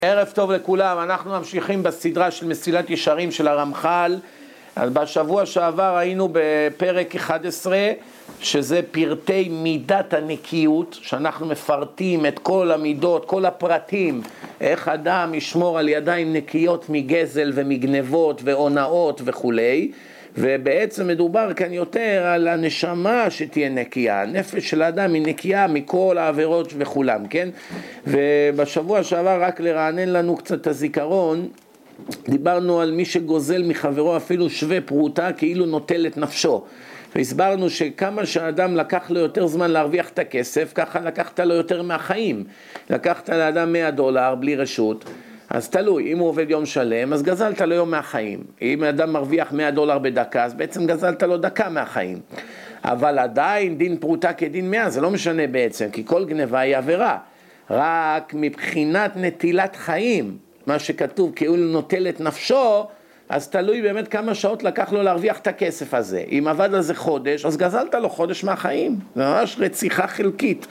ערב טוב לכולם, אנחנו ממשיכים בסדרה של מסילת ישרים של הרמח"ל. בשבוע שעבר היינו בפרק 11, שזה פרטי מידת הנקיות, שאנחנו מפרטים את כל המידות, כל הפרטים, איך אדם ישמור על ידיים נקיות מגזל ומגנבות והונאות וכולי. ובעצם מדובר כאן יותר על הנשמה שתהיה נקייה, הנפש של האדם היא נקייה מכל העבירות וכולם, כן? ובשבוע שעבר, רק לרענן לנו קצת הזיכרון, דיברנו על מי שגוזל מחברו אפילו שווה פרוטה כאילו נוטל את נפשו, והסברנו שכמה שהאדם לקח לו יותר זמן להרוויח את הכסף, ככה לקחת לו יותר מהחיים. לקחת לאדם $100 בלי רשות, אז תלוי, אם הוא עובד יום שלם, אז גזלת לו יום מהחיים. אם האדם מרוויח $100 בדקה, אז בעצם גזלת לו דקה מהחיים. אבל עדיין דין פרוטה כדין 100, זה לא משנה בעצם, כי כל גניבה היא עבירה. רק מבחינת נטילת חיים, מה שכתוב כאילו נוטל את נפשו, אז תלוי באמת כמה שעות לקח לו להרוויח את הכסף הזה. אם עבד על זה חודש, אז גזלת לו חודש מהחיים. זה ממש רציחה חלקית.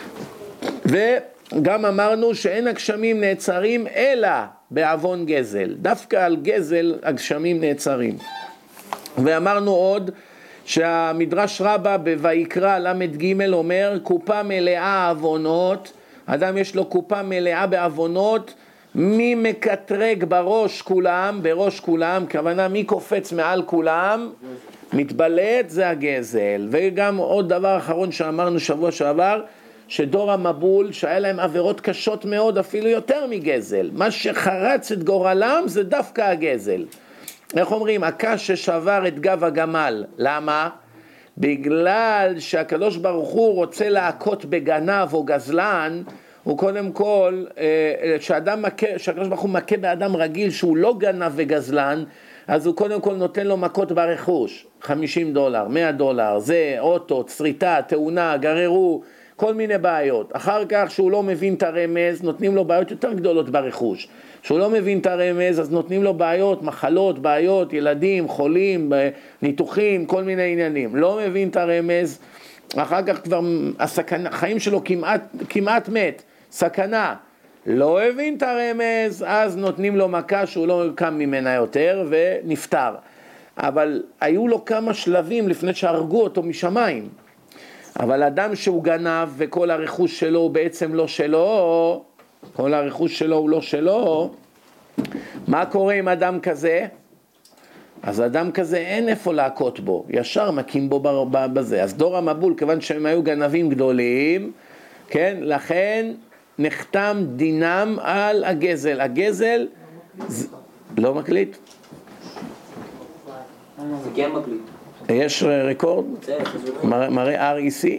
גם אמרנו שאין הגשמים נעצרים אלא בעוון גזל, דווקא על גזל הגשמים נעצרים. ואמרנו עוד שהמדרש רבה בויקרא ל"ג אומר קופה מלאה עוונות, אדם יש לו קופה מלאה בעוונות, מי מקטרג בראש כולם, בראש כולם, כוונה מי קופץ מעל כולם, מתבלט, זה הגזל. וגם עוד דבר אחרון שאמרנו שבוע שעבר, שדור המבול שהיה להם עבירות קשות מאוד, אפילו יותר מגזל, מה שחרץ את גורלם זה דווקא הגזל. איך אומרים? הקש ששבר את גב הגמל. למה? בגלל שהקדוש ברוך הוא רוצה להכות בגנב או גזלן, הוא קודם כל, שהקדוש ברוך הוא מכה באדם רגיל שהוא לא גנב וגזלן, אז הוא קודם כל נותן לו מכות ברכוש, $50, $100, זה אוטו, צריטה, תאונה, גררו, כל מיני בעיות. אחר כך שהוא לא מבין את הרמז, נותנים לו בעיות יותר גדולות ברכוש. שהוא לא מבין את הרמז, אז נותנים לו בעיות, מחלות, בעיות, ילדים, חולים, ניתוחים, כל מיני עניינים. לא מבין את הרמז, אחר כך כבר החיים שלו כמעט מת, סכנה. לא הבין את הרמז, אז נותנים לו מכה שהוא לא קם ממנה יותר ונפטר. אבל היו לו כמה שלבים לפני שהרגו אותו משמיים. אבל אדם שהוא גנב וכל הרכוש שלו הוא בעצם לא שלו, כל הרכוש שלו הוא לא שלו, מה קורה עם אדם כזה? אז אדם כזה אין איפה להכות בו, ישר מכים בו בזה. אז דור המבול, כיוון שהם היו גנבים גדולים, כן, לכן נחתם דינם על הגזל. הגזל לא מקליט? זה כן מקליט. יש רקורד? מראה REC?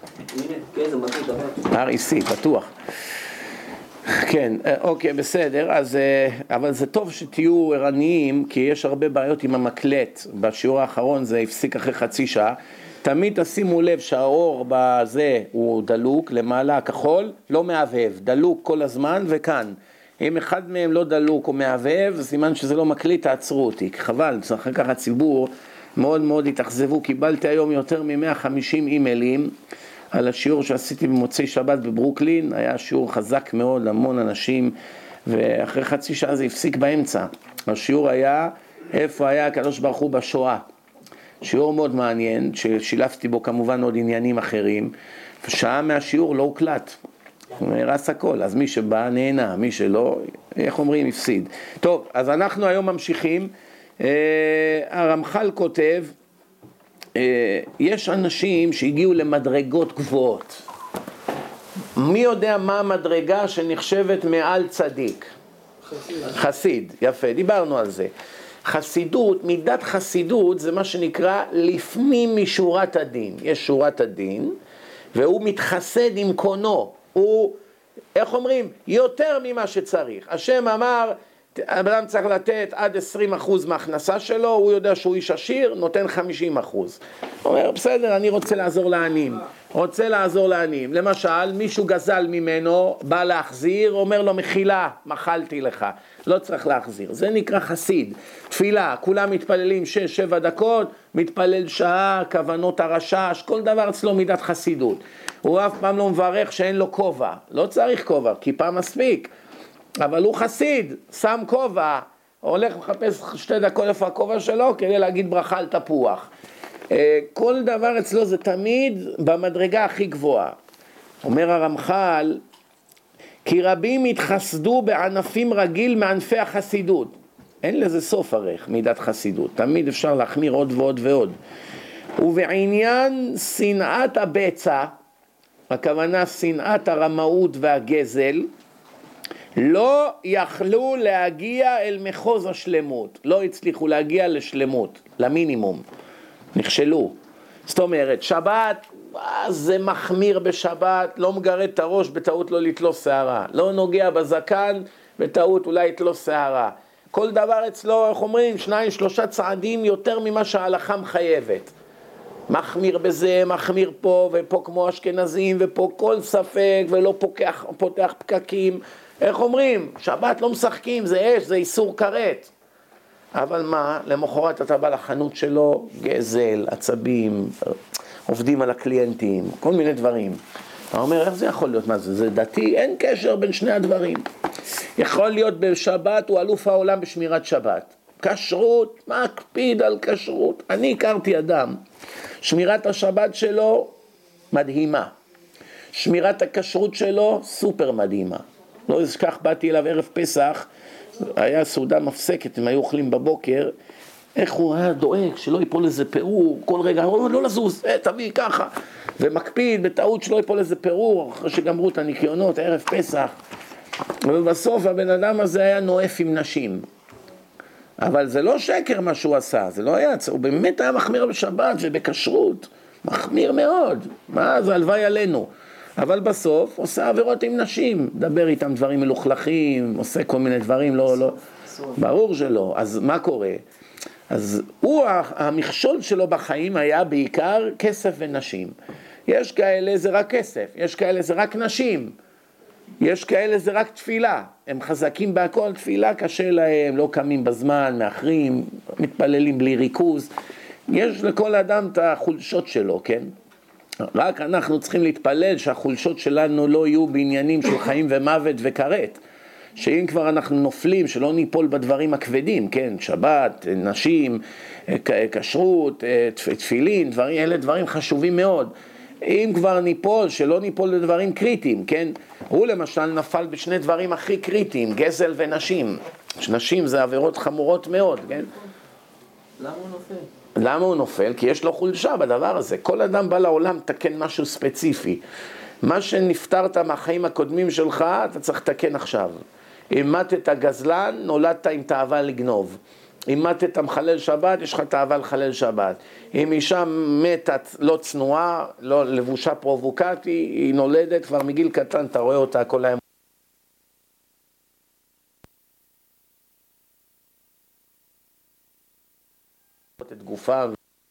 REC, פתוח. כן, אוקיי, בסדר, אז, אבל זה טוב שתהיו ערניים, כי יש הרבה בעיות עם המקלט. בשיעור האחרון זה הפסיק אחרי חצי שעה. תמיד תשימו לב שהאור בזה הוא דלוק, למעלה הכחול, לא מהבהב, דלוק כל הזמן וכאן. אם אחד מהם לא דלוק או מהבהב, זה סימן שזה לא מקליט, תעצרו אותי. חבל, אחר כך הציבור מאוד מאוד התאכזבו. קיבלתי היום יותר מ-150 אימיילים על השיעור שעשיתי במוצאי שבת בברוקלין. היה שיעור חזק מאוד, המון אנשים, ואחרי חצי שעה זה הפסיק באמצע. השיעור היה איפה היה הקדוש ברוך הוא בשואה. שיעור מאוד מעניין, ששילפתי בו כמובן עוד עניינים אחרים, ושעה מהשיעור לא הוקלט. רס הכל, אז מי שבא נהנה, מי שלא, איך אומרים, הפסיד. טוב, אז אנחנו היום ממשיכים. הרמח"ל כותב, יש אנשים שהגיעו למדרגות גבוהות. מי יודע מה המדרגה שנחשבת מעל צדיק? חסיד, יפה, דיברנו על זה. חסידות, מידת חסידות זה מה שנקרא לפנים משורת הדין. יש שורת הדין, והוא מתחסד עם קונו. הוא, איך אומרים, יותר ממה שצריך. השם אמר, האדם צריך לתת עד 20% מההכנסה שלו, הוא יודע שהוא איש עשיר, נותן 50%. הוא אומר, בסדר, אני רוצה לעזור לעניים. למשל, מישהו גזל ממנו, בא להחזיר, אומר לו, מחילה, מחלתי לך. לא צריך להחזיר. זה נקרא חסיד. תפילה, כולם מתפללים 6-7 דקות, מתפלל שעה, כוונות הרשש, כל דבר אצלו מידת חסידות. הוא אף פעם לא מברך שאין לו כובע. לא צריך כובע, כיפה מספיק. אבל הוא חסיד, שם כובע, הולך לחפש 2 דקות איפה הכובע שלו כדי להגיד ברכה על תפוח. כל דבר אצלו זה תמיד במדרגה הכי גבוהה. אומר הרמח"ל, כי רבים התחסדו בענפים רגיל מענפי החסידות. אין לזה סוף ערך, מידת חסידות. תמיד אפשר להחמיר עוד ועוד ועוד. ובעניין שנאת הבצע, הכוונה שנאת הרמאות והגזל, לא יכלו להגיע אל מחוז השלמות. לא הצליחו להגיע לשלמות, למינימום. נכשלו. זאת אומרת, שבת, זה מחמיר בשבת, לא מגרד את הראש, בטעות לא לתלוש שערה. לא נוגע בזקן, בטעות אולי לתלוש שערה. כל דבר אצלו, איך אומרים, 2-3 צעדים יותר ממה שההלכה מחייבת. מחמיר בזה, מחמיר פה, ופה כמו אשכנזים, ופה כל ספק, ולא פותח פקקים. איך אומרים? שבת לא משחקים, זה אש, זה איסור כרת. אבל מה? למחרת אתה בא לחנות שלו, גזל, עצבים, עובדים על הקליינטים, כל מיני דברים. אתה אומר, איך זה יכול להיות? מה זה? זה דתי? אין קשר בין שני הדברים. יכול להיות בשבת, הוא אלוף העולם בשמירת שבת. כשרות, מקפיד על כשרות. אני הכרתי אדם, שמירת השבת שלו מדהימה. שמירת הכשרות שלו סופר מדהימה. לא אשכח, באתי אליו ערב פסח, היה סעודה מפסקת, הם היו אוכלים בבוקר, איך הוא היה דואג שלא ייפול איזה פירור, כל רגע, הוא אומר, לא לזוז, תביא ככה, ומקפיד בטעות שלא ייפול איזה פירור, אחרי שגמרו את הניקיונות, ערב פסח, ובסוף הבן אדם הזה היה נואף עם נשים, אבל זה לא שקר מה שהוא עשה, זה לא היה, הוא באמת היה מחמיר בשבת ובכשרות, מחמיר מאוד, מה זה הלוואי עלינו, אבל בסוף עושה עבירות עם נשים, דבר איתם דברים מלוכלכים, עושה כל מיני דברים, לא, ברור שלא. אז מה קורה? אז המכשול שלו בחיים היה בעיקר כסף ונשים. יש כאלה זה רק כסף, יש כאלה זה רק נשים, יש כאלה זה רק תפילה, הם חזקים בהכל, תפילה קשה להם, לא קמים בזמן, מאחרים, מתפללים בלי ריכוז, יש לכל אדם את החולשות שלו, כן? רק אנחנו צריכים להתפלל שהחולשות שלנו לא יהיו בעניינים של חיים ומוות וכרת. שאם כבר אנחנו נופלים, שלא ניפול בדברים הכבדים, כן? שבת, נשים, כשרות, תפילין, דברים, אלה דברים חשובים מאוד. אם כבר ניפול, שלא ניפול לדברים קריטיים, כן? הוא למשל נפל בשני דברים הכי קריטיים, גזל ונשים. נשים זה עבירות חמורות מאוד, כן? למה הוא נופל? למה הוא נופל? כי יש לו חולשה בדבר הזה. כל אדם בא לעולם לתקן משהו ספציפי. מה שנפטרת מהחיים הקודמים שלך, אתה צריך לתקן עכשיו. אם מתת גזלן, נולדת עם תאווה לגנוב. אם מתת מחלל שבת, יש לך תאווה לחלל שבת. אם אישה מתת לא צנועה, לא לבושה פרובוקטי, היא נולדת כבר מגיל קטן, אתה רואה אותה כל היום. את גופה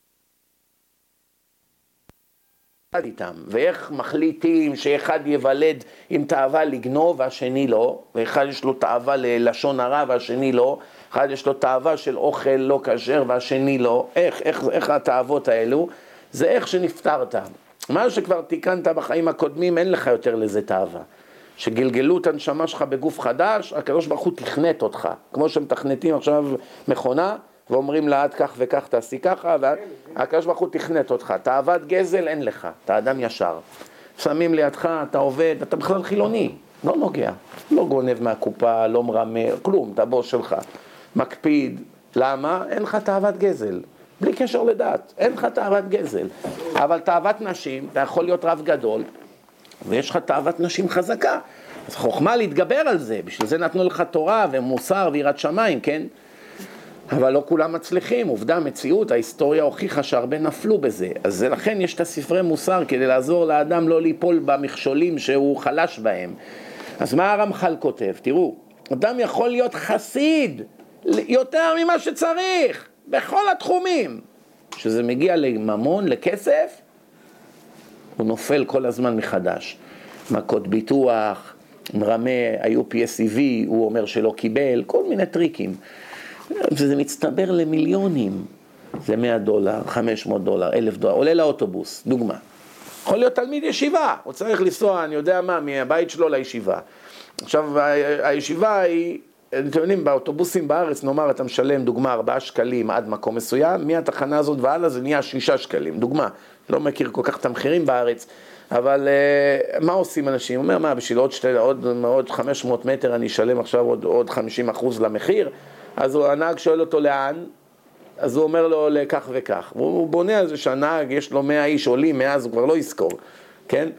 איתם. ואיך מחליטים שאחד יוולד עם תאווה לגנוב והשני לא, ואחד יש לו תאווה ללשון הרע והשני לא, אחד יש לו תאווה של אוכל לא כשר והשני לא. איך התאוות האלו? זה איך שנפטרת. מה שכבר תיקנת בחיים הקודמים, אין לך יותר לזה תאווה. שגלגלו את הנשמה שלך בגוף חדש, הקדוש ברוך הוא תכנת אותך. כמו שמתכנתים עכשיו מכונה, ואומרים לה עד כך וכך תעשי ככה, והקדוש ברוך הוא תכנת אותך. תאוות גזל אין לך, אתה אדם ישר. שמים לידך, אתה עובד, אתה בכלל חילוני, לא נוגע, לא גונב מהקופה, לא מרמה, כלום, אתה בוס שלך. מקפיד, למה? אין לך תאוות גזל, בלי קשר לדת, אין לך תאוות גזל. אבל תאוות נשים, אתה יכול להיות רב גדול, ויש לך תאוות נשים חזקה. אז חוכמה להתגבר על זה, בשביל זה נתנו לך תורה ומוסר ויראת שמיים, כן? אבל לא כולם מצליחים, עובדה, מציאות, ההיסטוריה הוכיחה שהרבה נפלו בזה. אז לכן יש את הספרי מוסר כדי לעזור לאדם לא ליפול במכשולים שהוא חלש בהם. אז מה הרמח"ל כותב? תראו, אדם יכול להיות חסיד יותר ממה שצריך, בכל התחומים. כשזה מגיע לממון, לכסף, הוא נופל כל הזמן מחדש. מכות ביטוח, מרמה, ה-UPSCV, הוא אומר שלא קיבל, כל מיני טריקים. וזה מצטבר למיליונים, זה $100, $500, $1,000, עולה לאוטובוס, דוגמה. יכול להיות תלמיד ישיבה, הוא צריך לנסוע, אני יודע מה, מהבית שלו לישיבה. עכשיו, הישיבה היא, אתם יודעים, באוטובוסים בארץ, נאמר, אתה משלם, דוגמה, 4 שקלים עד מקום מסוים, מהתחנה הזאת והלאה זה נהיה 6 שקלים, דוגמה. לא מכיר כל כך את המחירים בארץ, אבל מה עושים אנשים? אומר, מה, בשביל עוד 500 מטר אני אשלם עכשיו עוד 50% למחיר? אז הנהג שואל אותו לאן? אז הוא אומר לו לכך וכך. הוא בונה על זה שהנהג יש לו 100 איש עולים, מאז הוא כבר לא יזכור, כן?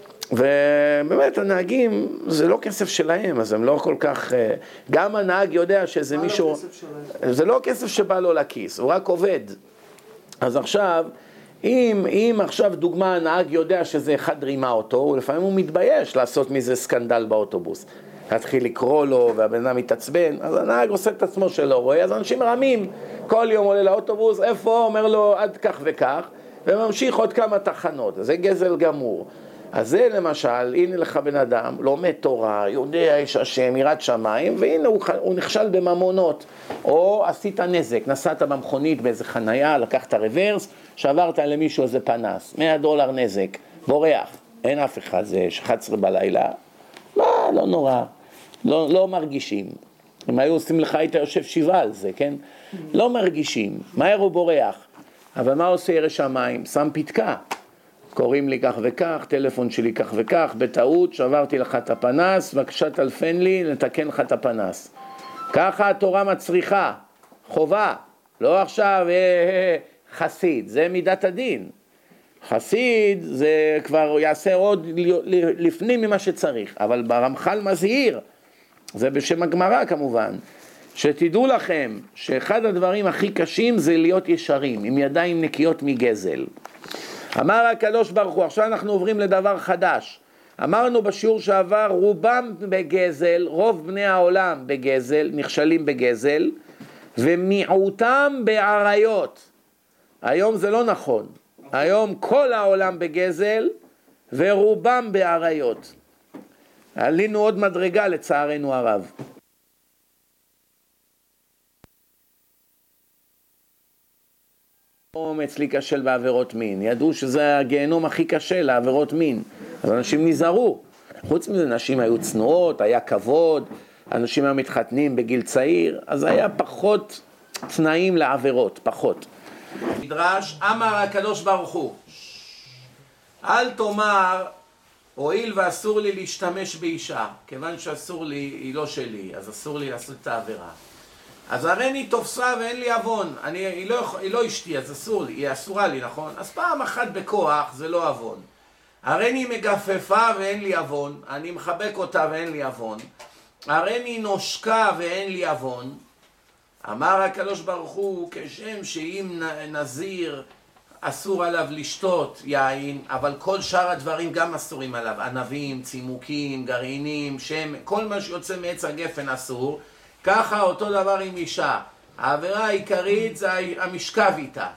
ובאמת הנהגים זה לא כסף שלהם, אז הם לא כל כך, גם הנהג יודע שזה מישהו, זה לא כסף שבא לו לכיס, הוא רק עובד. אז עכשיו, אם עכשיו דוגמה הנהג יודע שזה אחד רימה אותו, לפעמים הוא מתבייש לעשות מזה סקנדל באוטובוס. להתחיל לקרוא לו והבן אדם מתעצבן, אז הנהג עושה את עצמו שלא רואה, אז אנשים רמים, כל יום עולה לאוטובוס, איפה? אומר לו עד כך וכך, וממשיך עוד כמה תחנות, זה גזל גמור. אז זה למשל, הנה לך בן אדם, לומד תורה, יודע יש השם, יראת שמיים, והנה הוא נכשל בממונות, או עשית נזק, נסעת במכונית באיזה חנייה, לקחת רוורס, שעברת למישהו איזה פנס, $100 נזק, בורח, אין אף אחד, זה 11 בלילה, לא נורא, לא מרגישים. אם היו עושים לך, היית יושב 7 על זה, כן? לא מרגישים, מהר הוא בורח. אבל מה עושה ירא שמיים? שם פתקה. קוראים לי כך וכך, טלפון שלי כך וכך, בטעות שברתי לך את הפנס, בבקשה תלפן לי, נתקן לך את הפנס. ככה התורה מצריכה, חובה, לא עכשיו חסיד, זה מידת הדין. חסיד זה כבר יעשה עוד לפנים ממה שצריך, אבל ברמח"ל מזהיר, זה בשם הגמרא כמובן, שתדעו לכם שאחד הדברים הכי קשים זה להיות ישרים, עם ידיים נקיות מגזל. אמר הקדוש ברוך הוא, עכשיו אנחנו עוברים לדבר חדש. אמרנו בשיעור שעבר, רובם בגזל, רוב בני העולם בגזל, נכשלים בגזל, ומיעוטם בעריות. היום זה לא נכון. היום כל העולם בגזל, ורובם בעריות. עלינו עוד מדרגה לצערנו הרב. אומץ להיכשל בעבירות מין, ידעו שזה הגיהנום הכי קשה לעבירות מין, אז אנשים נזהרו. חוץ מזה נשים היו צנועות, היה כבוד, אנשים היו מתחתנים בגיל צעיר, אז היה פחות תנאים לעבירות, פחות. מדרש, אמר הקדוש ברוך הוא, אל תאמר, הואיל ואסור לי להשתמש באישה, כיוון שאסור לי, היא לא שלי, אז אסור לי לעשות את העבירה. אז הרי תופסה ואין לי אבון, היא לא אשתי, אז אסור לי, היא אסורה לי, נכון? אז פעם אחת בכוח זה לא אבון. הרי מגפפה ואין לי אבון, אני מחבק אותה ואין לי אבון. הרי נושקה ואין לי אבון. אמר הקדוש ברוך הוא, כשם שאם נזיר אסור עליו לשתות יין, אבל כל שאר הדברים גם אסורים עליו, ענבים, צימוקים, גרעינים, שם, כל מה שיוצא מעץ הגפן אסור. ככה אותו דבר עם אישה, העבירה העיקרית זה המשכב איתה,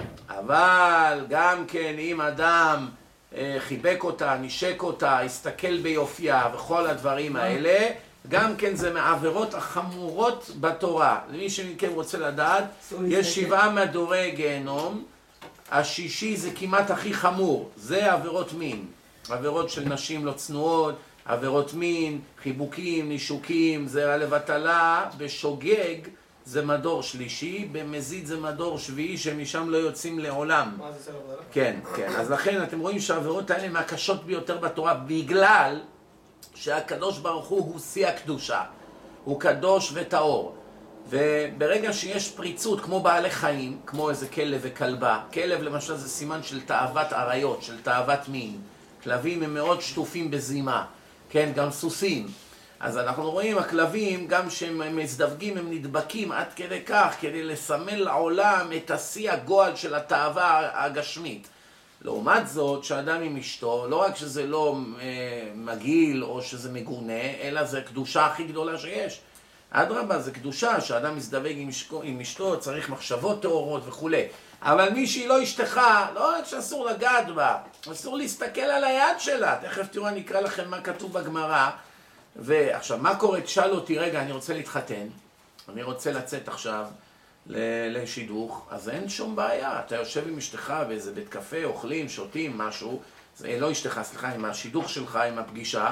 אבל גם כן אם אדם חיבק אותה, נשק אותה, הסתכל ביופייה וכל הדברים האלה, גם כן זה מהעבירות החמורות בתורה. למי שמכם רוצה לדעת, יש 7 מדורי גיהנום, השישי זה כמעט הכי חמור, זה עבירות מין, עבירות של נשים לא צנועות, עבירות מין, חיבוקים, נישוקים, זה לבטלה, בשוגג זה מדור שלישי, במזיד זה מדור שביעי שמשם לא יוצאים לעולם. מה זה סלם דרך? כן, כן. אז לכן אתם רואים שהעבירות האלה מהקשות ביותר בתורה, בגלל שהקדוש ברוך הוא שיא הקדושה, הוא קדוש וטהור. וברגע שיש פריצות כמו בעלי חיים, כמו איזה כלב וכלבה, כלב למשל זה סימן של תאוות עריות, של תאוות מין. כלבים הם מאוד שטופים בזימה. כן, גם סוסים. אז אנחנו רואים, הכלבים, גם שהם מזדווגים, הם נדבקים עד כדי כך, כדי לסמל לעולם את השיא הגועל של התאווה הגשמית. לעומת זאת, שאדם עם אשתו, לא רק שזה לא מגעיל או שזה מגונה, אלא זה קדושה הכי גדולה שיש. אדרבה, זה קדושה, שאדם מזדווג עם אשתו, צריך מחשבות טהורות וכו'. אבל מי שהיא לא אשתך, לא רק שאסור לגעת בה, אסור להסתכל על היד שלה. תכף תראו, אני אקרא לכם מה כתוב בגמרא. ועכשיו, מה קורה? תשאל אותי, רגע, אני רוצה להתחתן, אני רוצה לצאת עכשיו לשידוך, אז אין שום בעיה. אתה יושב עם אשתך באיזה בית קפה, אוכלים, שותים, משהו, זה לא אשתך, סליחה, עם השידוך שלך, עם הפגישה,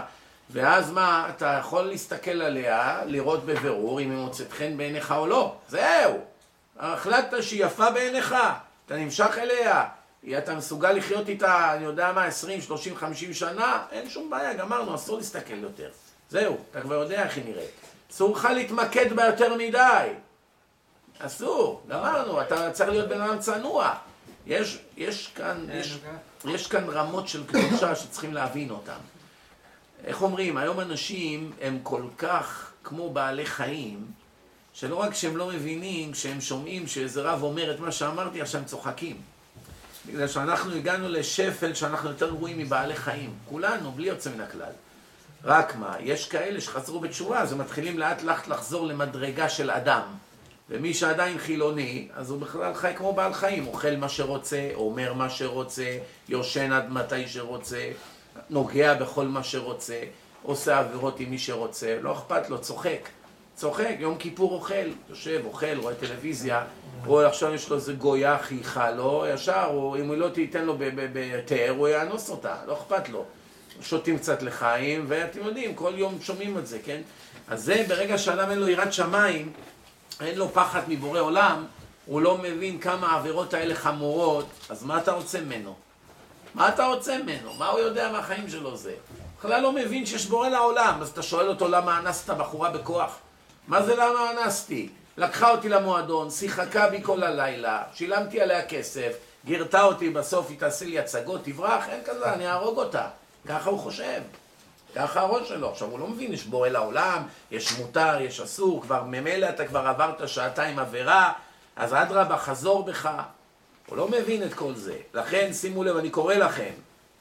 ואז מה, אתה יכול להסתכל עליה, לראות בבירור אם היא מוצאת חן בעיניך או לא. זהו. החלטת שהיא יפה בעיניך, אתה נמשך אליה, אתה מסוגל לחיות איתה, אני יודע מה, 20, 30, 50 שנה, אין שום בעיה, גמרנו, אסור להסתכל יותר. זהו, אתה כבר יודע איך היא נראית. אסור לך להתמקד בה יותר מדי. אסור, גמרנו, אתה צריך להיות בן אדם צנוע. יש כאן רמות של קדושה שצריכים להבין אותן. איך אומרים, היום אנשים הם כל כך כמו בעלי חיים, שלא רק שהם לא מבינים, כשהם שומעים שאיזה רב אומר את מה שאמרתי, עכשיו הם צוחקים. בגלל שאנחנו הגענו לשפל שאנחנו יותר גרועים מבעלי חיים. כולנו, בלי יוצא מן הכלל. רק מה, יש כאלה שחזרו בתשובה, אז הם מתחילים לאט לאט לחזור למדרגה של אדם. ומי שעדיין חילוני, אז הוא בכלל חי כמו בעל חיים. אוכל מה שרוצה, אומר מה שרוצה, יושן עד מתי שרוצה, נוגע בכל מה שרוצה, עושה עבירות עם מי שרוצה, לא אכפת לו, צוחק. צוחק, יום כיפור אוכל, יושב, אוכל, רואה טלוויזיה, או עכשיו יש לו איזה גויה חייכה לו, ישר, או אם הוא לא תיתן לו בתאר, הוא יאנוס אותה, לא אכפת לו. שותים קצת לחיים, ואתם יודעים, כל יום שומעים את זה, כן? אז זה ברגע שאדם אין לו יראת שמיים, אין לו פחד מבורא עולם, הוא לא מבין כמה העבירות האלה חמורות, אז מה אתה רוצה ממנו? מה אתה רוצה ממנו? מה הוא יודע מהחיים שלו זה? בכלל לא מבין שיש בורא לעולם, אז אתה שואל אותו למה אנסת בחורה בכוח? מה זה למה אנסתי? לקחה אותי למועדון, שיחקה בי כל הלילה, שילמתי עליה כסף, גירתה אותי, בסוף היא תעשה לי הצגות, תברח, אין כזה, אני אהרוג אותה. ככה הוא חושב. ככה הראש שלו. עכשיו הוא לא מבין, יש בורא לעולם, יש מותר, יש אסור, כבר ממילא אתה כבר עברת שעתיים עבירה, אז אדרבה, חזור בך. הוא לא מבין את כל זה. לכן, שימו לב, אני קורא לכם.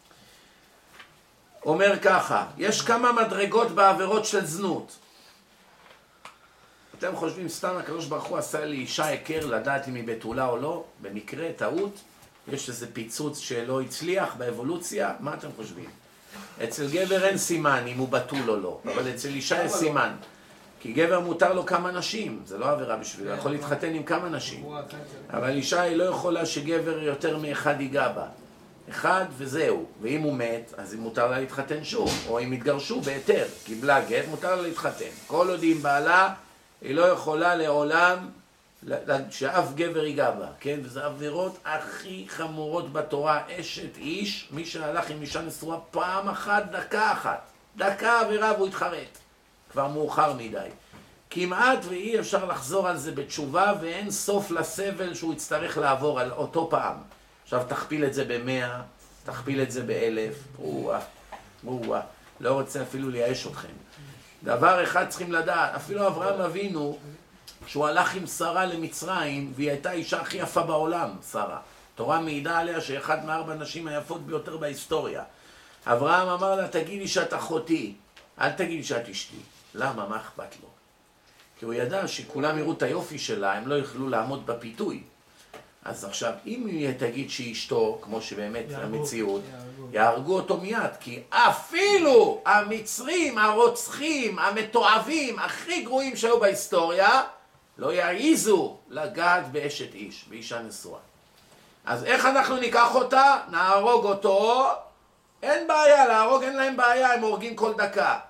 אומר ככה, יש כמה מדרגות בעבירות של זנות. אתם חושבים, סתם הקדוש ברוך הוא עשה לי אישה היכר לדעת אם היא בתולה או לא? במקרה, טעות, יש איזה פיצוץ שלא הצליח באבולוציה? מה אתם חושבים? אצל גבר אין סימן אם הוא בתול או לא, אבל אצל אישה יש סימן. כי גבר מותר לו כמה נשים, זה לא עבירה בשבילו, יכול להתחתן עם כמה נשים. אבל אישה היא לא יכולה שגבר יותר מאחד ייגע בה. אחד וזהו, ואם הוא מת, אז מותר לה להתחתן שוב, או אם התגרשו בהיתר, קיבלה גט, מותר לה להתחתן. כל עוד עם בעלה, היא לא יכולה לעולם שאף גבר ייגע בה, כן? וזה עבירות הכי חמורות בתורה, אשת איש, מי שהלך עם אישה נשואה פעם אחת, דקה אחת, דקה עבירה והוא התחרט, כבר מאוחר מדי. כמעט ואי אפשר לחזור על זה בתשובה, ואין סוף לסבל שהוא יצטרך לעבור על אותו פעם. עכשיו תכפיל את זה ב100, תכפיל את זה ב1000, לא רוצה אפילו לייאש אתכם. דבר אחד צריכים לדעת, אפילו אברהם אבינו, שהוא הלך עם שרה למצרים, והיא הייתה האישה הכי יפה בעולם, שרה. תורה מעידה עליה שאחד מארבע נשים היפות ביותר בהיסטוריה. אברהם אמר לה, תגידי שאת אחותי, אל תגידי שאת אשתי. למה? מה אכפת לו? כי הוא ידע שכולם יראו את היופי שלה, הם לא יוכלו לעמוד בפיתוי. אז עכשיו, אם היא תגיד שהיא אשתו, כמו שבאמת המציאות, יהרגו אותו מיד, כי אפילו המצרים, הרוצחים, המתועבים, הכי גרועים שהיו בהיסטוריה, לא יעיזו לגעת באשת איש, באישה נשואה. אז איך אנחנו ניקח אותה? נהרוג אותו, אין בעיה, להרוג אין להם בעיה, הם הורגים כל דקה.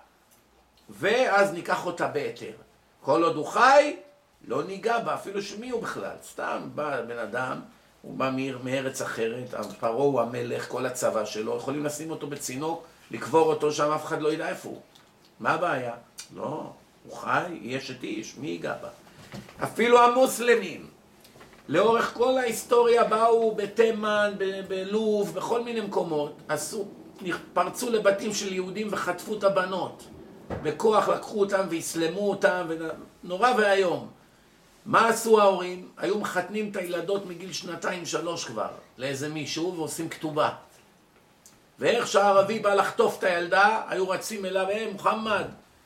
ואז ניקח אותה בהיתר. כל עוד הוא חי, לא ניגע בה, אפילו שמי הוא בכלל. סתם בא בן אדם, הוא בא מארץ אחרת, פרעה הוא המלך, כל הצבא שלו, יכולים לשים אותו בצינוק, לקבור אותו שם, אף אחד לא ידע איפה הוא. מה הבעיה? לא, הוא חי, יש את איש, מי ייגע בה? אפילו המוסלמים, לאורך כל ההיסטוריה באו בתימן, בלוב, בכל מיני מקומות, פרצו לבתים של יהודים וחטפו את הבנות. בכוח לקחו אותם והסלמו אותם, נורא והיום. מה עשו ההורים? היו מחתנים את הילדות מגיל 2-3 כבר, לאיזה מישהו, ועושים כתובה. ואיך שהערבי בא לחטוף את הילדה, היו רצים אליו, מוחמד,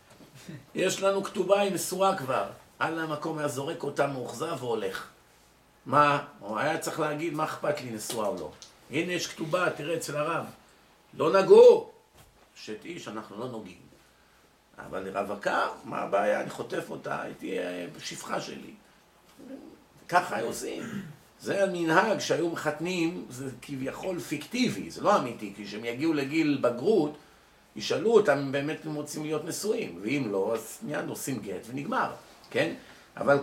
יש לנו כתובה, היא מסורה כבר. על המקום היה זורק אותה מאוכזב והולך. מה? הוא היה צריך להגיד, מה אכפת לי, נשואה או לא? הנה יש כתובה, תראה אצל הרב. לא נגעו. אשת איש, אנחנו לא נוגעים. אבל לרווקה, מה הבעיה? אני חוטף אותה, הייתי בשפחה שלי. ככה היו עושים. זה המנהג שהיו מחתנים, זה כביכול פיקטיבי, זה לא אמיתי, כי כשהם יגיעו לגיל בגרות, ישאלו אותם אם באמת הם רוצים להיות נשואים, ואם לא, אז מיד עושים גט ונגמר, כן? אבל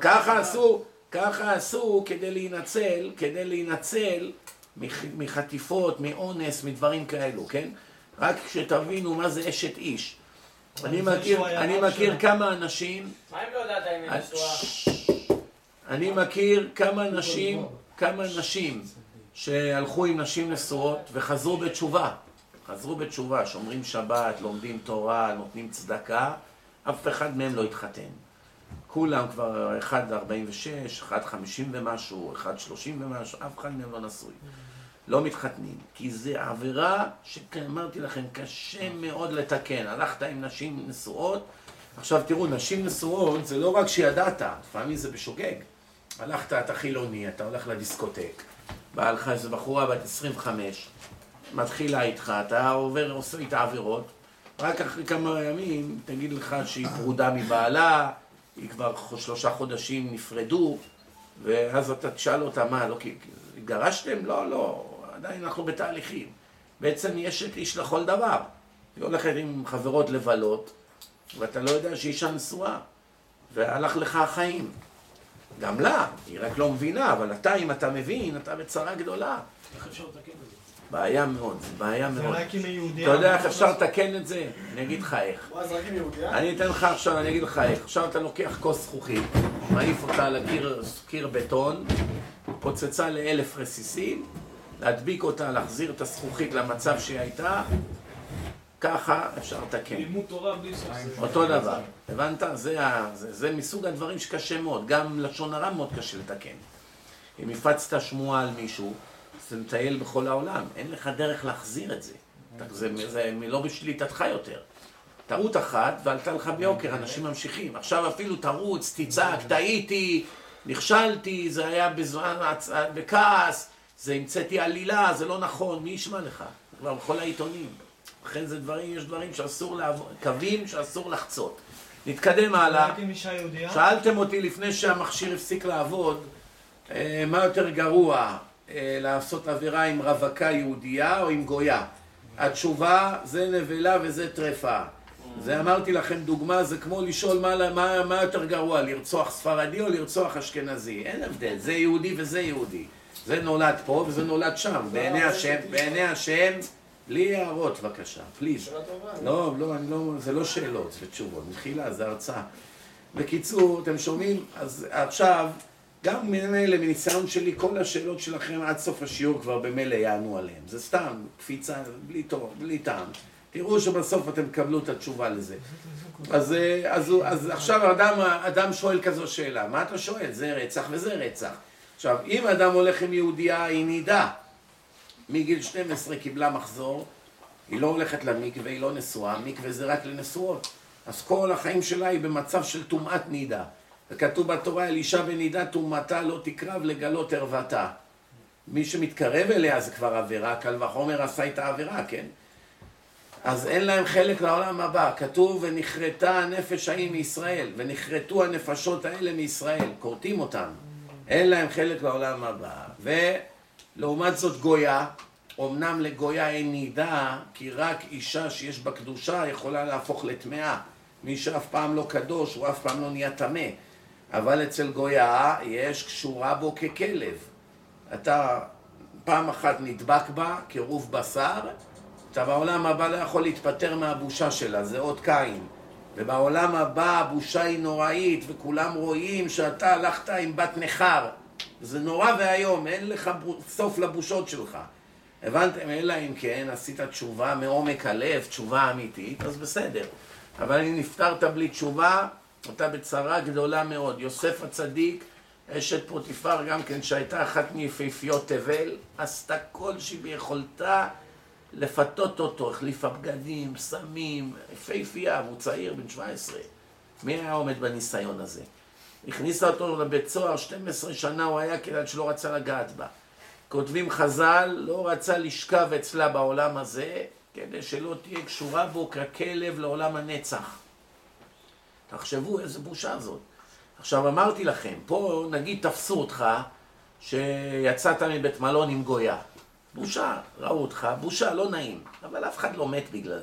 ככה עשו כדי להינצל מחטיפות, מאונס, מדברים כאלו, כן? רק כשתבינו מה זה אשת איש. אני מכיר כמה אנשים... מה אם לא יודעת אם היא נשואה? אני מכיר כמה נשים שהלכו עם נשים נשואות וחזרו בתשובה, שומרים שבת, לומדים תורה, נותנים צדקה, אף אחד מהם לא התחתן. כולם כבר 1.46, 1.50 ומשהו, 1.30 ומשהו, אף אחד מהם לא נשוי. לא מתחתנים, כי זה עבירה שאמרתי לכם, קשה מאוד לתקן. הלכת עם נשים נשואות, עכשיו תראו, נשים נשואות זה לא רק שידעת, לפעמים זה בשוגג. הלכת, אתה חילוני, אתה הולך לדיסקוטק, באה לך איזו בחורה בת 25, מתחילה איתך, אתה עושה איתה עבירות, רק אחרי כמה ימים תגיד לך שהיא פרודה מבעלה, היא כבר 3 חודשים נפרדו, ואז אתה תשאל אותה, מה, לא, גרשתם? לא, עדיין אנחנו בתהליכים. בעצם יש את איש לכל דבר. היא הולכת עם חברות לבלות, ואתה לא יודע שהיא אישה נשואה, והלך לך החיים. גם לה, היא רק לא מבינה, אבל אתה, אם אתה מבין, אתה בצרה גדולה. איך אפשר לתקן את זה? בעיה מאוד, זה בעיה מאוד. זה רק עם יהודיה. אתה יודע איך אפשר לתקן את זה? אני אגיד לך איך. אז רק עם יהודיה? אני אתן לך עכשיו, אני אגיד לך איך. עכשיו אתה לוקח כוס זכוכית, מעיף אותה על קיר בטון, פוצצה ל1,000 רסיסים, להדביק אותה, להחזיר את הזכוכית למצב שהיא הייתה, ככה אפשר לתקן. לימוד תורה בלי סוף. אותו דבר, הבנת? זה מסוג הדברים שקשה מאוד, גם לשון הרע מאוד קשה לתקן. אם הפצת שמועה על מישהו, זה מטייל בכל העולם, אין לך דרך להחזיר את זה. זה לא בשליטתך יותר. טעות אחת ועלתה לך ביוקר, אנשים ממשיכים. עכשיו אפילו תרוץ, תצעק, טעיתי, נכשלתי, זה היה בכעס, זה המצאתי עלילה, זה לא נכון, מי ישמע לך? כבר בכל העיתונים. לכן זה דברים, יש דברים שאסור לעבור, קווים שאסור לחצות. נתקדם הלאה. שאלתם אותי לפני שהמכשיר הפסיק לעבוד, מה יותר גרוע, לעשות עבירה עם רווקה יהודייה או עם גויה? התשובה זה נבלה וזה טרפה. זה אמרתי לכם דוגמה, זה כמו לשאול מה יותר גרוע, לרצוח ספרדי או לרצוח אשכנזי. אין הבדל, זה יהודי וזה יהודי. זה נולד פה וזה נולד שם. בעיני השם, בלי הערות בבקשה, פליז. לא, זה לא שאלות, זה תשובות. מחילה, זה הרצאה. בקיצור, אתם שומעים? אז עכשיו, גם מניסיון שלי, כל השאלות שלכם עד סוף השיעור כבר במילא יענו עליהם. זה סתם קפיצה, בלי טעם. תראו שבסוף אתם תקבלו את התשובה לזה. אז עכשיו אדם שואל כזו שאלה. מה אתה שואל? זה רצח וזה רצח. עכשיו, אם אדם הולך עם יהודייה, היא נידה. מגיל 12 קיבלה מחזור, היא לא הולכת למקווה, היא לא נשואה, מקווה זה רק לנשואות. אז כל החיים שלה היא במצב של טומאת נידה. וכתוב בתורה, אלישע בנידה טומאתה לא תקרב לגלות ערוותה. מי שמתקרב אליה זה כבר עבירה, קל וחומר עשה את העבירה, כן? אז אין להם חלק לעולם הבא. כתוב, ונחרטה הנפש ההיא מישראל, ונחרטו הנפשות האלה מישראל, קורטים אותם. אין להם חלק לעולם הבא. ולעומת זאת גויה, אמנם לגויה אין נידה, כי רק אישה שיש בה קדושה יכולה להפוך לטמאה. מי שאף פעם לא קדוש, הוא אף פעם לא נהיה טמא. אבל אצל גויה יש קשורה בו ככלב. אתה פעם אחת נדבק בה כרוב בשר, אתה בעולם הבא לא יכול להתפטר מהבושה שלה, זה עוד קין. ובעולם הבא הבושה היא נוראית, וכולם רואים שאתה הלכת עם בת נחר. זה נורא והיום, אין לך סוף לבושות שלך. הבנתם? אלא אם כן עשית תשובה מעומק הלב, תשובה אמיתית, אז בסדר. אבל אם נפטרת בלי תשובה, אתה בצרה גדולה מאוד. יוסף הצדיק, אשת פוטיפר גם כן, שהייתה אחת מיפהפיות תבל, עשתה כל שביכולתה לפתות אותו, החליפה בגדים, סמים, יפהפייה, והוא צעיר, בן 17. מי היה עומד בניסיון הזה? הכניסה אותו לבית סוהר, 12 שנה הוא היה כדאי שלא רצה לגעת בה. כותבים חז"ל, לא רצה לשכב אצלה בעולם הזה, כדי שלא תהיה קשורה בו ככלב לעולם הנצח. תחשבו איזה בושה זאת. עכשיו אמרתי לכם, פה נגיד תפסו אותך שיצאת מבית מלון עם גויה. בושה, ראו אותך, בושה, לא נעים. אבל אף אחד לא מת בגלל זה.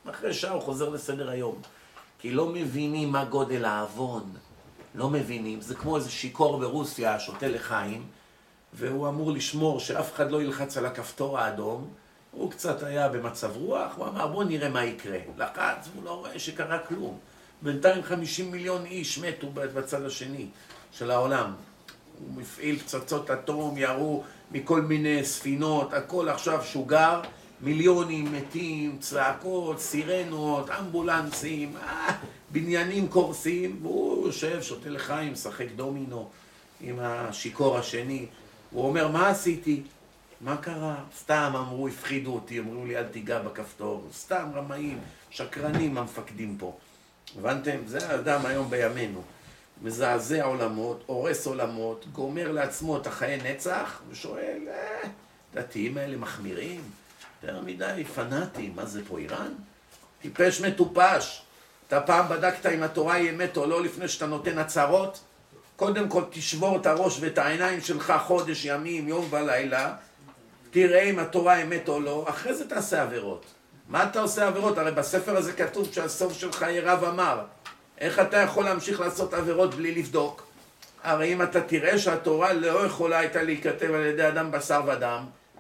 אחרי שעה הוא חוזר לסדר היום. כי לא מבינים מה גודל העוון. לא מבינים. זה כמו איזה שיקור ברוסיה, שותה לחיים, והוא אמור לשמור שאף אחד לא ילחץ על הכפתור האדום. הוא קצת היה במצב רוח, הוא אמר בוא נראה מה יקרה. לחץ, הוא לא רואה שקרה כלום. בינתיים 50 מיליון איש מתו בצד השני של העולם. הוא מפעיל פצצות אטום, ירו מכל מיני ספינות, הכל עכשיו שוגר, מיליונים מתים, צעקות, סירנות, אמבולנסים, בניינים קורסים, והוא יושב, שותה לחיים, משחק דומינו עם השיקור השני. הוא אומר, מה עשיתי? מה קרה? סתם אמרו, הפחידו אותי, אמרו לי, אל תיגע בכפתור. סתם רמאים, שקרנים המפקדים פה. הבנתם? זה האדם היום בימינו. מזעזע עולמות, הורס עולמות, גומר לעצמו את החיי נצח, ושואל, דתיים האלה מחמירים? יותר מדי פנאטים, מה זה פה איראן? טיפש מטופש. אתה פעם בדקת אם התורה היא אמת או לא לפני שאתה נותן הצהרות? קודם כל תשבור את הראש ואת העיניים שלך חודש ימים, יום ולילה, תראה אם התורה אמת או לא, אחרי זה תעשה עבירות. מה אתה עושה עבירות? הרי בספר הזה כתוב שהסוף שלך יהיה רב אמר. איך אתה יכול להמשיך לעשות עבירות בלי לבדוק? הרי אם אתה תראה שהתורה לא יכולה הייתה להיכתב על ידי אדם בשר ודם,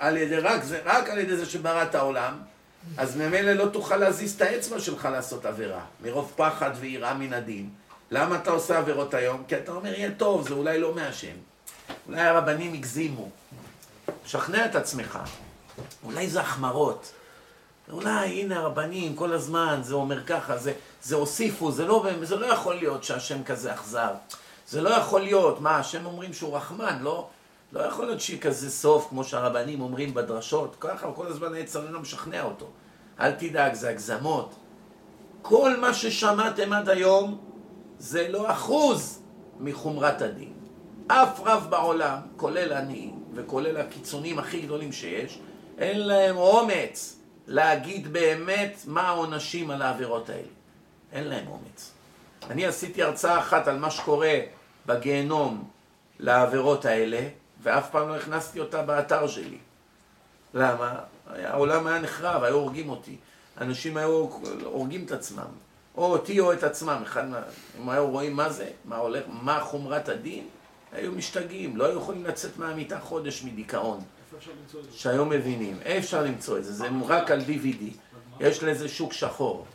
רק על ידי זה שברא את העולם, אז ממילא לא תוכל להזיז את האצבע שלך לעשות עבירה, מרוב פחד ויראה מן הדין. למה אתה עושה עבירות היום? כי אתה אומר, יהיה טוב, זה אולי לא מהשם. אולי הרבנים הגזימו. שכנע את עצמך. אולי זה החמרות. אולי, הנה הרבנים, כל הזמן, זה אומר ככה, זה הוסיפו, זה לא יכול להיות שהשם כזה אכזר. זה לא יכול להיות, מה, השם אומרים שהוא רחמן, לא? לא יכול להיות שיהיה כזה סוף, כמו שהרבנים אומרים בדרשות. ככה, כל הזמן היצר לא משכנע אותו. אל תדאג, זה הגזמות. כל מה ששמעתם עד היום, זה לא 1% מחומרת הדין. אף רב בעולם, כולל אני, וכולל הקיצונים הכי גדולים שיש, אין להם אומץ להגיד באמת מה העונשים על העבירות האלה. אין להם אומץ. אני עשיתי הרצאה אחת על מה שקורה בגיהנום לעבירות האלה, ואף פעם לא הכנסתי אותה באתר שלי. למה? העולם היה נחרב, היו הורגים אותי. אנשים היו הורגים את עצמם. או אותי או את עצמם. הם היו רואים מה זה, מה הולך, מה חומרת הדין, היו משתגעים. לא היו יכולים לצאת מהמיטה חודש מדיכאון. שהיום מבינים. אפשר למצוא את זה, זה רק על DVD. יש לזה שוק שחור.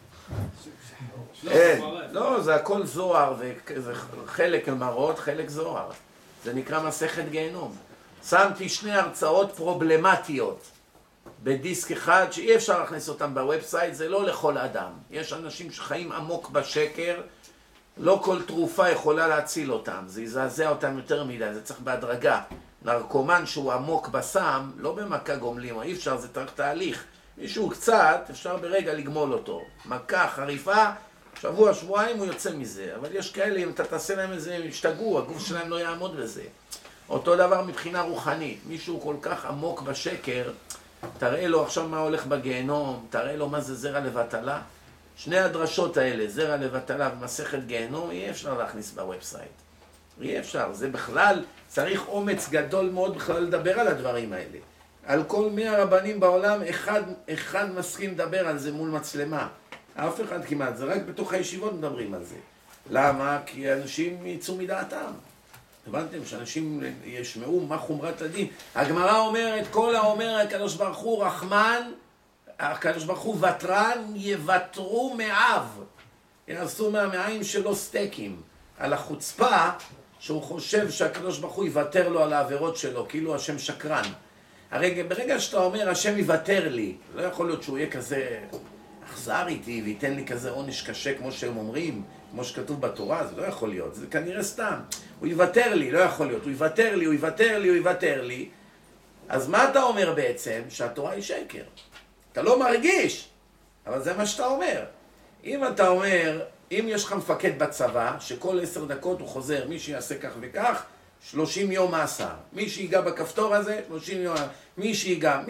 אין, לא, זה הכל זוהר, וזה חלק מראות, חלק זוהר. זה נקרא מסכת גיהנום. שמתי 2 הרצאות פרובלמטיות בדיסק אחד, שאי אפשר להכניס אותם בוובסייט, זה לא לכל אדם. יש אנשים שחיים עמוק בשקר, לא כל תרופה יכולה להציל אותם, זה יזעזע אותם יותר מדי, זה צריך בהדרגה. נרקומן שהוא עמוק בסם, לא במכה גומלים, אי אפשר, זה צריך תהליך. מישהו קצת, אפשר ברגע לגמול אותו. מכה חריפה, שבוע, שבועיים הוא יוצא מזה. אבל יש כאלה, אם אתה תעשה להם איזה, הם ישתגעו, הגוף שלהם לא יעמוד בזה. אותו דבר מבחינה רוחנית. מישהו כל כך עמוק בשקר, תראה לו עכשיו מה הולך בגיהנום, תראה לו מה זה זרע לבטלה. 2 הדרשות האלה, זרע לבטלה ומסכת גיהנום, אי אפשר להכניס בוובסייט. אי אפשר, זה בכלל, צריך אומץ גדול מאוד בכלל לדבר על הדברים האלה. על כל 100 רבנים בעולם, אחד מסכים לדבר על זה מול מצלמה. אף אחד כמעט, זה רק בתוך הישיבות מדברים על זה. למה? כי אנשים יצאו מדעתם. הבנתם שאנשים ישמעו מה חומרת הדין. הגמרא אומרת, כל האומר הקדוש ברוך הוא רחמן, הקדוש ברוך הוא ותרן, יוותרו מאב. יעשו מהמעיים שלו סטייקים. על החוצפה שהוא חושב שהקדוש ברוך הוא יוותר לו על העבירות שלו, כאילו השם שקרן. הרי ברגע שאתה אומר, השם יוותר לי, לא יכול להיות שהוא יהיה כזה אכזר איתי וייתן לי כזה עונש קשה כמו שהם אומרים, כמו שכתוב בתורה, זה לא יכול להיות, זה כנראה סתם. הוא יוותר לי, לא יכול להיות, הוא יוותר לי, הוא יוותר לי, הוא יוותר לי. אז מה אתה אומר בעצם? שהתורה היא שקר. אתה לא מרגיש, אבל זה מה שאתה אומר. אם אתה אומר, אם יש לך מפקד בצבא, שכל 10 דקות הוא חוזר, מי שיעשה כך וכך, 30 יום מאסר. מי שיגע בכפתור הזה, 30 יום, מי שיגע,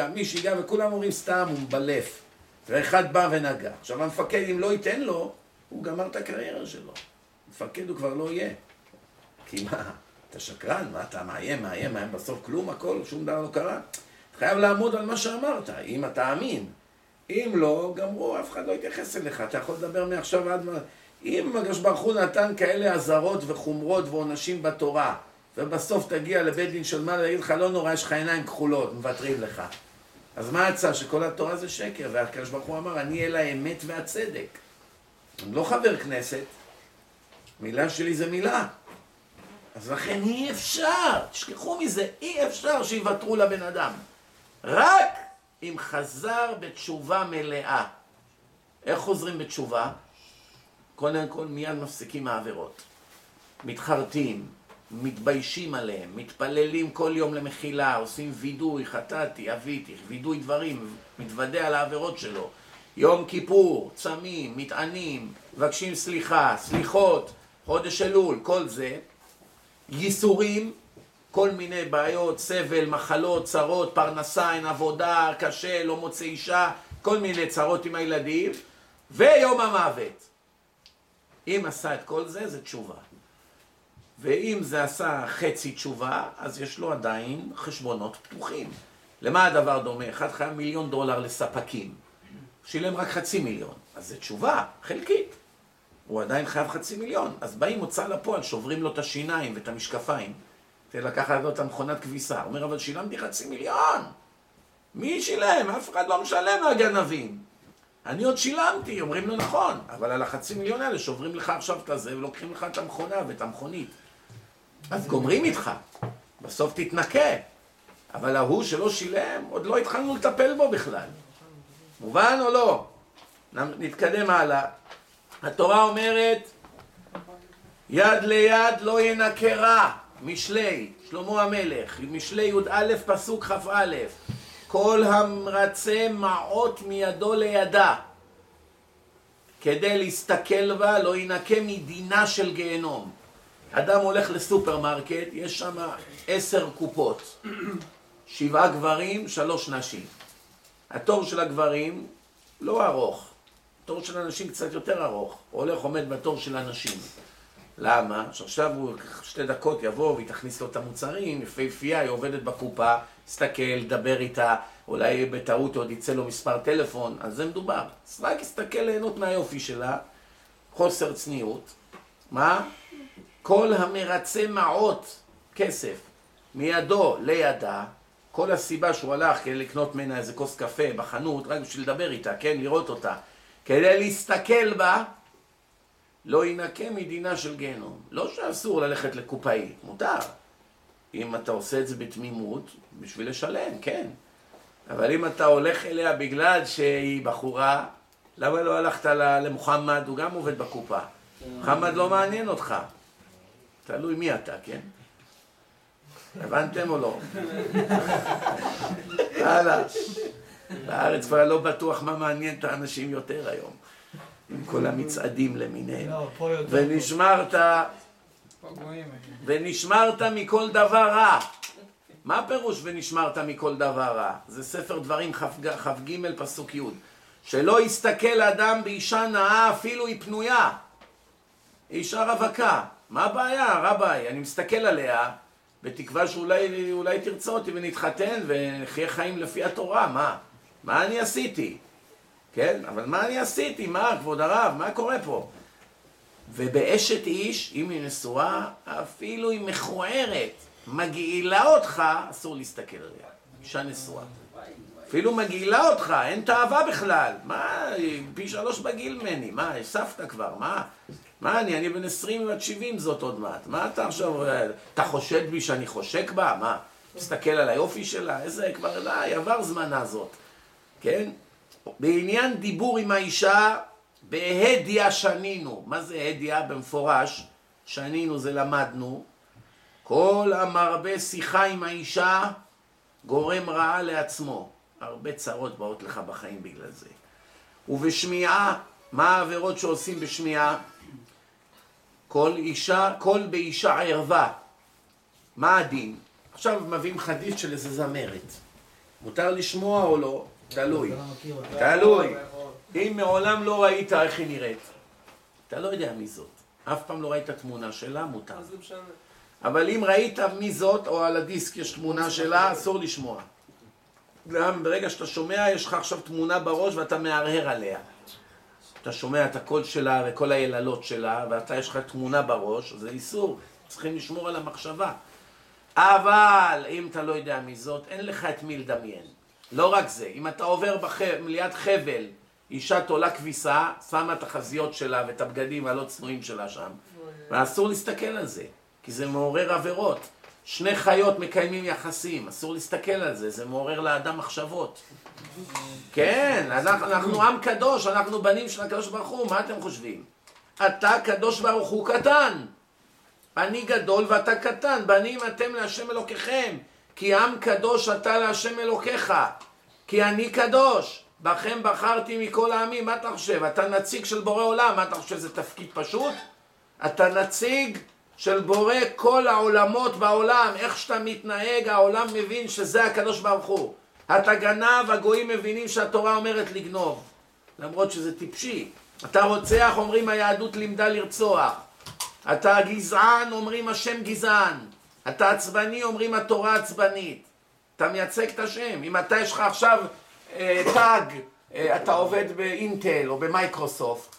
וכולם אומרים סתם, הוא מבלף. ואחד בא ונגע. עכשיו המפקד, אם לא ייתן לו, הוא גמר את הקריירה שלו. מפקד הוא כבר לא יהיה. כי מה, אתה שקרן, מה אתה מאיים, בסוף כלום, הכל, שום דבר לא קרה. אתה חייב לעמוד על מה שאמרת, אם אתה אמין. אם לא, גמרו, אף אחד לא יתייחס אליך. אתה יכול לדבר מעכשיו עד מה... אם הקדוש ברוך הוא נתן כאלה עזרות וחומרות ועונשים בתורה, ובסוף תגיע לבית דין של מעלה, להגיד לך, לא נורא, יש לך עיניים כחולות, מוותרים לך. אז מה הצעה? שכל התורה זה שקר, והקדוש ברוך הוא אמר, אני אל האמת והצדק. אני לא חבר כנסת, מילה שלי זה מילה. אז לכן אי אפשר, תשכחו מזה, אי אפשר שיוותרו לבן אדם. רק אם חזר בתשובה מלאה. איך חוזרים בתשובה? קודם כל מיד מפסיקים העבירות. מתחרטים, מתביישים עליהם, מתפללים כל יום למחילה, עושים וידוי, חטאתי, אביתי, וידוי דברים, מתוודע על העבירות שלו. יום כיפור, צמים, מתענים, מבקשים סליחה, סליחות, חודש אלול, כל זה. ייסורים, כל מיני בעיות, סבל, מחלות, צרות, פרנסה, אין עבודה, קשה, לא מוצא אישה, כל מיני צרות עם הילדים, ויום המוות. אם עשה את כל זה, זה תשובה. ואם זה עשה חצי תשובה, אז יש לו עדיין חשבונות פתוחים. למה הדבר דומה? אחד חייב $1,000,000 לספקים. שילם רק 500,000, אז זה תשובה חלקית. הוא עדיין חייב 500,000. אז באים הוצאה לפועל, שוברים לו את השיניים ואת המשקפיים. לקחת לו את המכונת כביסה. הוא אומר, אבל שילמתי 500,000. מי שילם? אף אחד לא משלם מהגנבים. אני עוד שילמתי. אומרים לו נכון, אבל על 500,000 האלה שוברים לך עכשיו את הזה ולוקחים לך את המכונה ואת המכונית. אז גומרים איתך. בסוף תתנקה. אבל ההוא שלא שילם, עוד לא התחלנו לטפל בו בכלל. מובן או לא? נתקדם הלאה. התורה אומרת, יד ליד לא ינקה רע. משלי, שלמה המלך, משלי י"א פסוק כ"א. כל המרצה מעות מידו לידה, כדי להסתכל בה לא ינקה מדינה של גיהנום. אדם הולך לסופרמרקט, יש שם 10 קופות, 7 גברים, 3 נשים. התור של הגברים לא ארוך, התור של הנשים קצת יותר ארוך. הוא הולך עומד בתור של הנשים. למה? שעכשיו הוא 2 דקות יבוא והיא תכניס לו את המוצרים, יפהפייה, היא עובדת בקופה, יסתכל, דבר איתה, אולי בטעות עוד יצא לו מספר טלפון, על זה מדובר. אז רק יסתכל ליהנות מהיופי שלה, חוסר צניעות. מה? כל המרצה מעות כסף מידו לידה, כל הסיבה שהוא הלך כדי לקנות ממנה איזה כוס קפה בחנות, רק בשביל לדבר איתה, כן, לראות אותה, כדי להסתכל בה, לא ינקה מדינה של גיהנום. לא שאסור ללכת לקופאי, מותר. אם אתה עושה את זה בתמימות, בשביל לשלם, כן. אבל אם אתה הולך אליה בגלל שהיא בחורה, למה לא הלכת למוחמד? הוא גם עובד בקופה. מוחמד לא מעניין אותך. תלוי מי אתה, כן? הבנתם או לא? הלאה. בארץ כבר לא בטוח מה מעניין את האנשים יותר היום. עם כל המצעדים למיניהם. ונשמרת מכל דבר רע. מה פירוש ונשמרת מכל דבר רע? זה ספר דברים כ"ג פסוק י'. שלא יסתכל אדם באישה נאה אפילו היא פנויה. אישה רווקה. מה הבעיה? רביי, אני מסתכל עליה בתקווה שאולי תרצה אותי ונתחתן ונחיה חיים לפי התורה. מה אני עשיתי? כן? אבל מה אני עשיתי? מה, כבוד הרב? מה קורה פה? ובאשת איש, אם היא נשואה, אפילו היא מכוערת, מגעילה אותך, אסור להסתכל עליה. אישה נשואה. אפילו מגעילה אותך, אין תאווה בכלל. מה, פי 3 בגיל ממני. מה, סבתא כבר, מה אני בן 20 עד 70 זאת עוד מעט. מה אתה עכשיו, אתה חושד בי שאני חושק בה? מה, מסתכל על היופי שלה? איזה כבר, די, עבר זמנה זאת. כן? בעניין דיבור עם האישה, בהדיה שנינו. מה זה הדיה? במפורש, שנינו זה למדנו. כל המרבה שיחה עם האישה גורם רעה לעצמו. הרבה צרות באות לך בחיים בגלל זה. ובשמיעה, מה העבירות שעושים בשמיעה? כל באישה ערווה. מה הדין? עכשיו מביאים חדית' של איזה זמרת. מותר לשמוע או לא? תלוי. תלוי. אם מעולם לא ראית איך היא נראית, אתה לא יודע מי זאת. אף פעם לא ראית תמונה שלה, מותר. אבל אם ראית מי זאת, או על הדיסק יש תמונה שלה, אסור לשמוע. גם ברגע שאתה שומע, יש לך עכשיו תמונה בראש ואתה מהרהר עליה. אתה שומע את הקול שלה וכל היללות שלה, ואתה יש לך תמונה בראש, זה איסור, צריכים לשמור על המחשבה. אבל אם אתה לא יודע מי זאת, אין לך את מי לדמיין. לא רק זה, אם אתה עובר ליד חבל, אישה תולה כביסה, שמה את החזיות שלה ואת הבגדים הלא צנועים שלה שם, ואסור להסתכל על זה, כי זה מעורר עבירות. שני חיות מקיימים יחסים, אסור להסתכל על זה, זה מעורר לאדם מחשבות. כן, אנחנו עם קדוש, אנחנו בנים של הקדוש ברוך הוא, מה אתם חושבים? אתה קדוש ברוך הוא קטן, אני גדול ואתה קטן, בנים אתם להשם אלוקיכם, כי עם קדוש אתה להשם אלוקיך, כי אני קדוש, בכם בחרתי מכל העמים. מה אתה חושב? אתה נציג של בורא עולם, מה אתה חושב? זה תפקיד פשוט? אתה נציג של בורא כל העולמות בעולם, איך שאתה מתנהג, העולם מבין שזה הקדוש ברוך הוא. אתה גנב, הגויים מבינים שהתורה אומרת לגנוב, למרות שזה טיפשי. אתה רוצח, אומרים היהדות לימדה לרצוח. אתה גזען, אומרים השם גזען. אתה עצבני, אומרים התורה עצבנית. אתה מייצג את השם. אם אתה יש לך עכשיו טאג, אתה עובד באינטל או במייקרוסופט,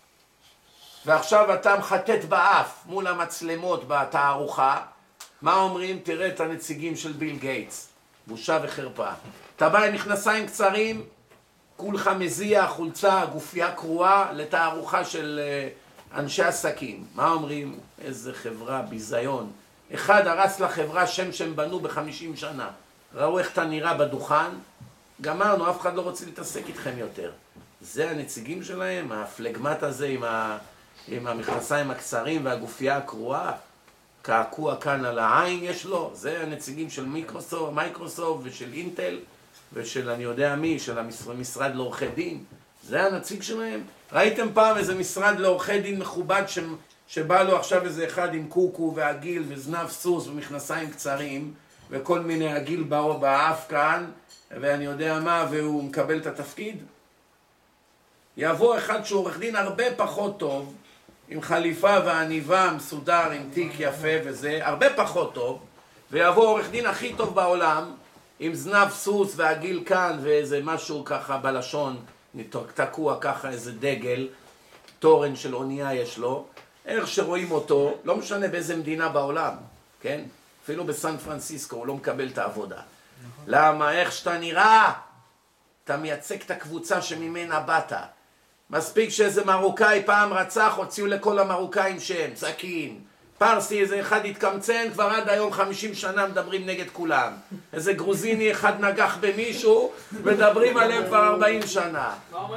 ועכשיו אתה מחטט באף מול המצלמות בתערוכה, מה אומרים? תראה את הנציגים של ביל גייטס. בושה וחרפה. אתה בא עם מכנסיים קצרים, כולך מזיע, חולצה, גופייה קרועה, לתערוכה של אנשי עסקים. מה אומרים? איזה חברה, ביזיון. אחד הרס לחברה שם שהם בנו ב50 שנה. ראו איך אתה נראה בדוכן, גמרנו, אף אחד לא רוצה להתעסק איתכם יותר. זה הנציגים שלהם, הפלגמט הזה עם המכנסיים הקצרים והגופייה הקרועה, קעקוע כאן על העין יש לו, זה הנציגים של מייקרוסופט ושל אינטל ושל אני יודע מי, של המשרד לעורכי דין, זה הנציג שלהם. ראיתם פעם איזה משרד לעורכי דין מכובד שבא לו עכשיו איזה אחד עם קוקו ועגיל וזנב סוס ומכנסיים קצרים וכל מיני עגיל באף כאן ואני יודע מה, והוא מקבל את התפקיד? יבוא אחד שהוא עורך דין הרבה פחות טוב, עם חליפה ועניבה מסודר, עם תיק יפה וזה, הרבה פחות טוב, ויבוא עורך דין הכי טוב בעולם, עם זנב סוס ועגיל כאן ואיזה משהו ככה בלשון, תקוע ככה איזה דגל, תורן של אונייה יש לו, איך שרואים אותו, לא משנה באיזה מדינה בעולם, כן? אפילו בסן פרנסיסקו הוא לא מקבל את העבודה. למה? איך שאתה נראה, אתה מייצג את הקבוצה שממנה באת. מספיק שאיזה מרוקאי פעם רצח, הוציאו לכל המרוקאים שם, סכין. פרסי, איזה אחד התקמצן, כבר עד היום 50 שנה מדברים נגד כולם. איזה גרוזיני אחד נגח במישהו, מדברים עליהם כבר 40 שנה.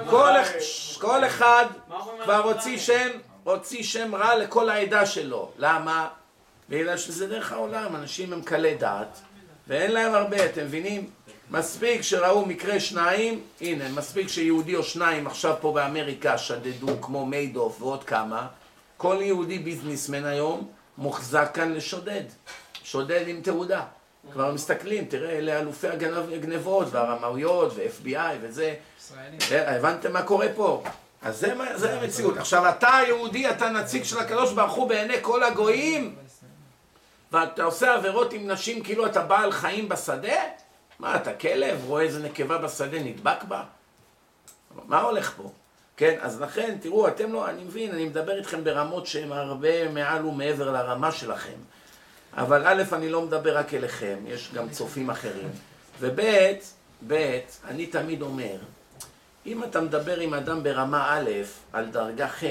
כל אחד כבר הוציא שם רע לכל העדה שלו. למה? בגלל שזה דרך העולם, אנשים הם קלי דעת, ואין להם הרבה, אתם מבינים? מספיק שראו מקרה שניים, הנה, מספיק שיהודי או שניים עכשיו פה באמריקה שדדו כמו מיידוף ועוד כמה, כל יהודי ביזנסמן היום מוחזק כאן לשודד, שודד עם תעודה. כבר מסתכלים, תראה, אלה אלופי הגנבות והרמאויות ו-FBI וזה. הבנתם מה קורה פה? אז זה המציאות. עכשיו אתה יהודי, אתה נציג של הקדוש ברוך הוא בעיני כל הגויים, ואתה עושה עבירות עם נשים כאילו אתה בעל חיים בשדה? מה, אתה כלב? רואה איזה נקבה בשדה, נדבק בה? מה הולך פה? כן, אז לכן, תראו, אתם לא, אני מבין, אני מדבר איתכם ברמות שהן הרבה מעל ומעבר לרמה שלכם. אבל א', אני לא מדבר רק אליכם, יש גם צופים אחרים. וב', אני תמיד אומר, אם אתה מדבר עם אדם ברמה א', על דרגה ח',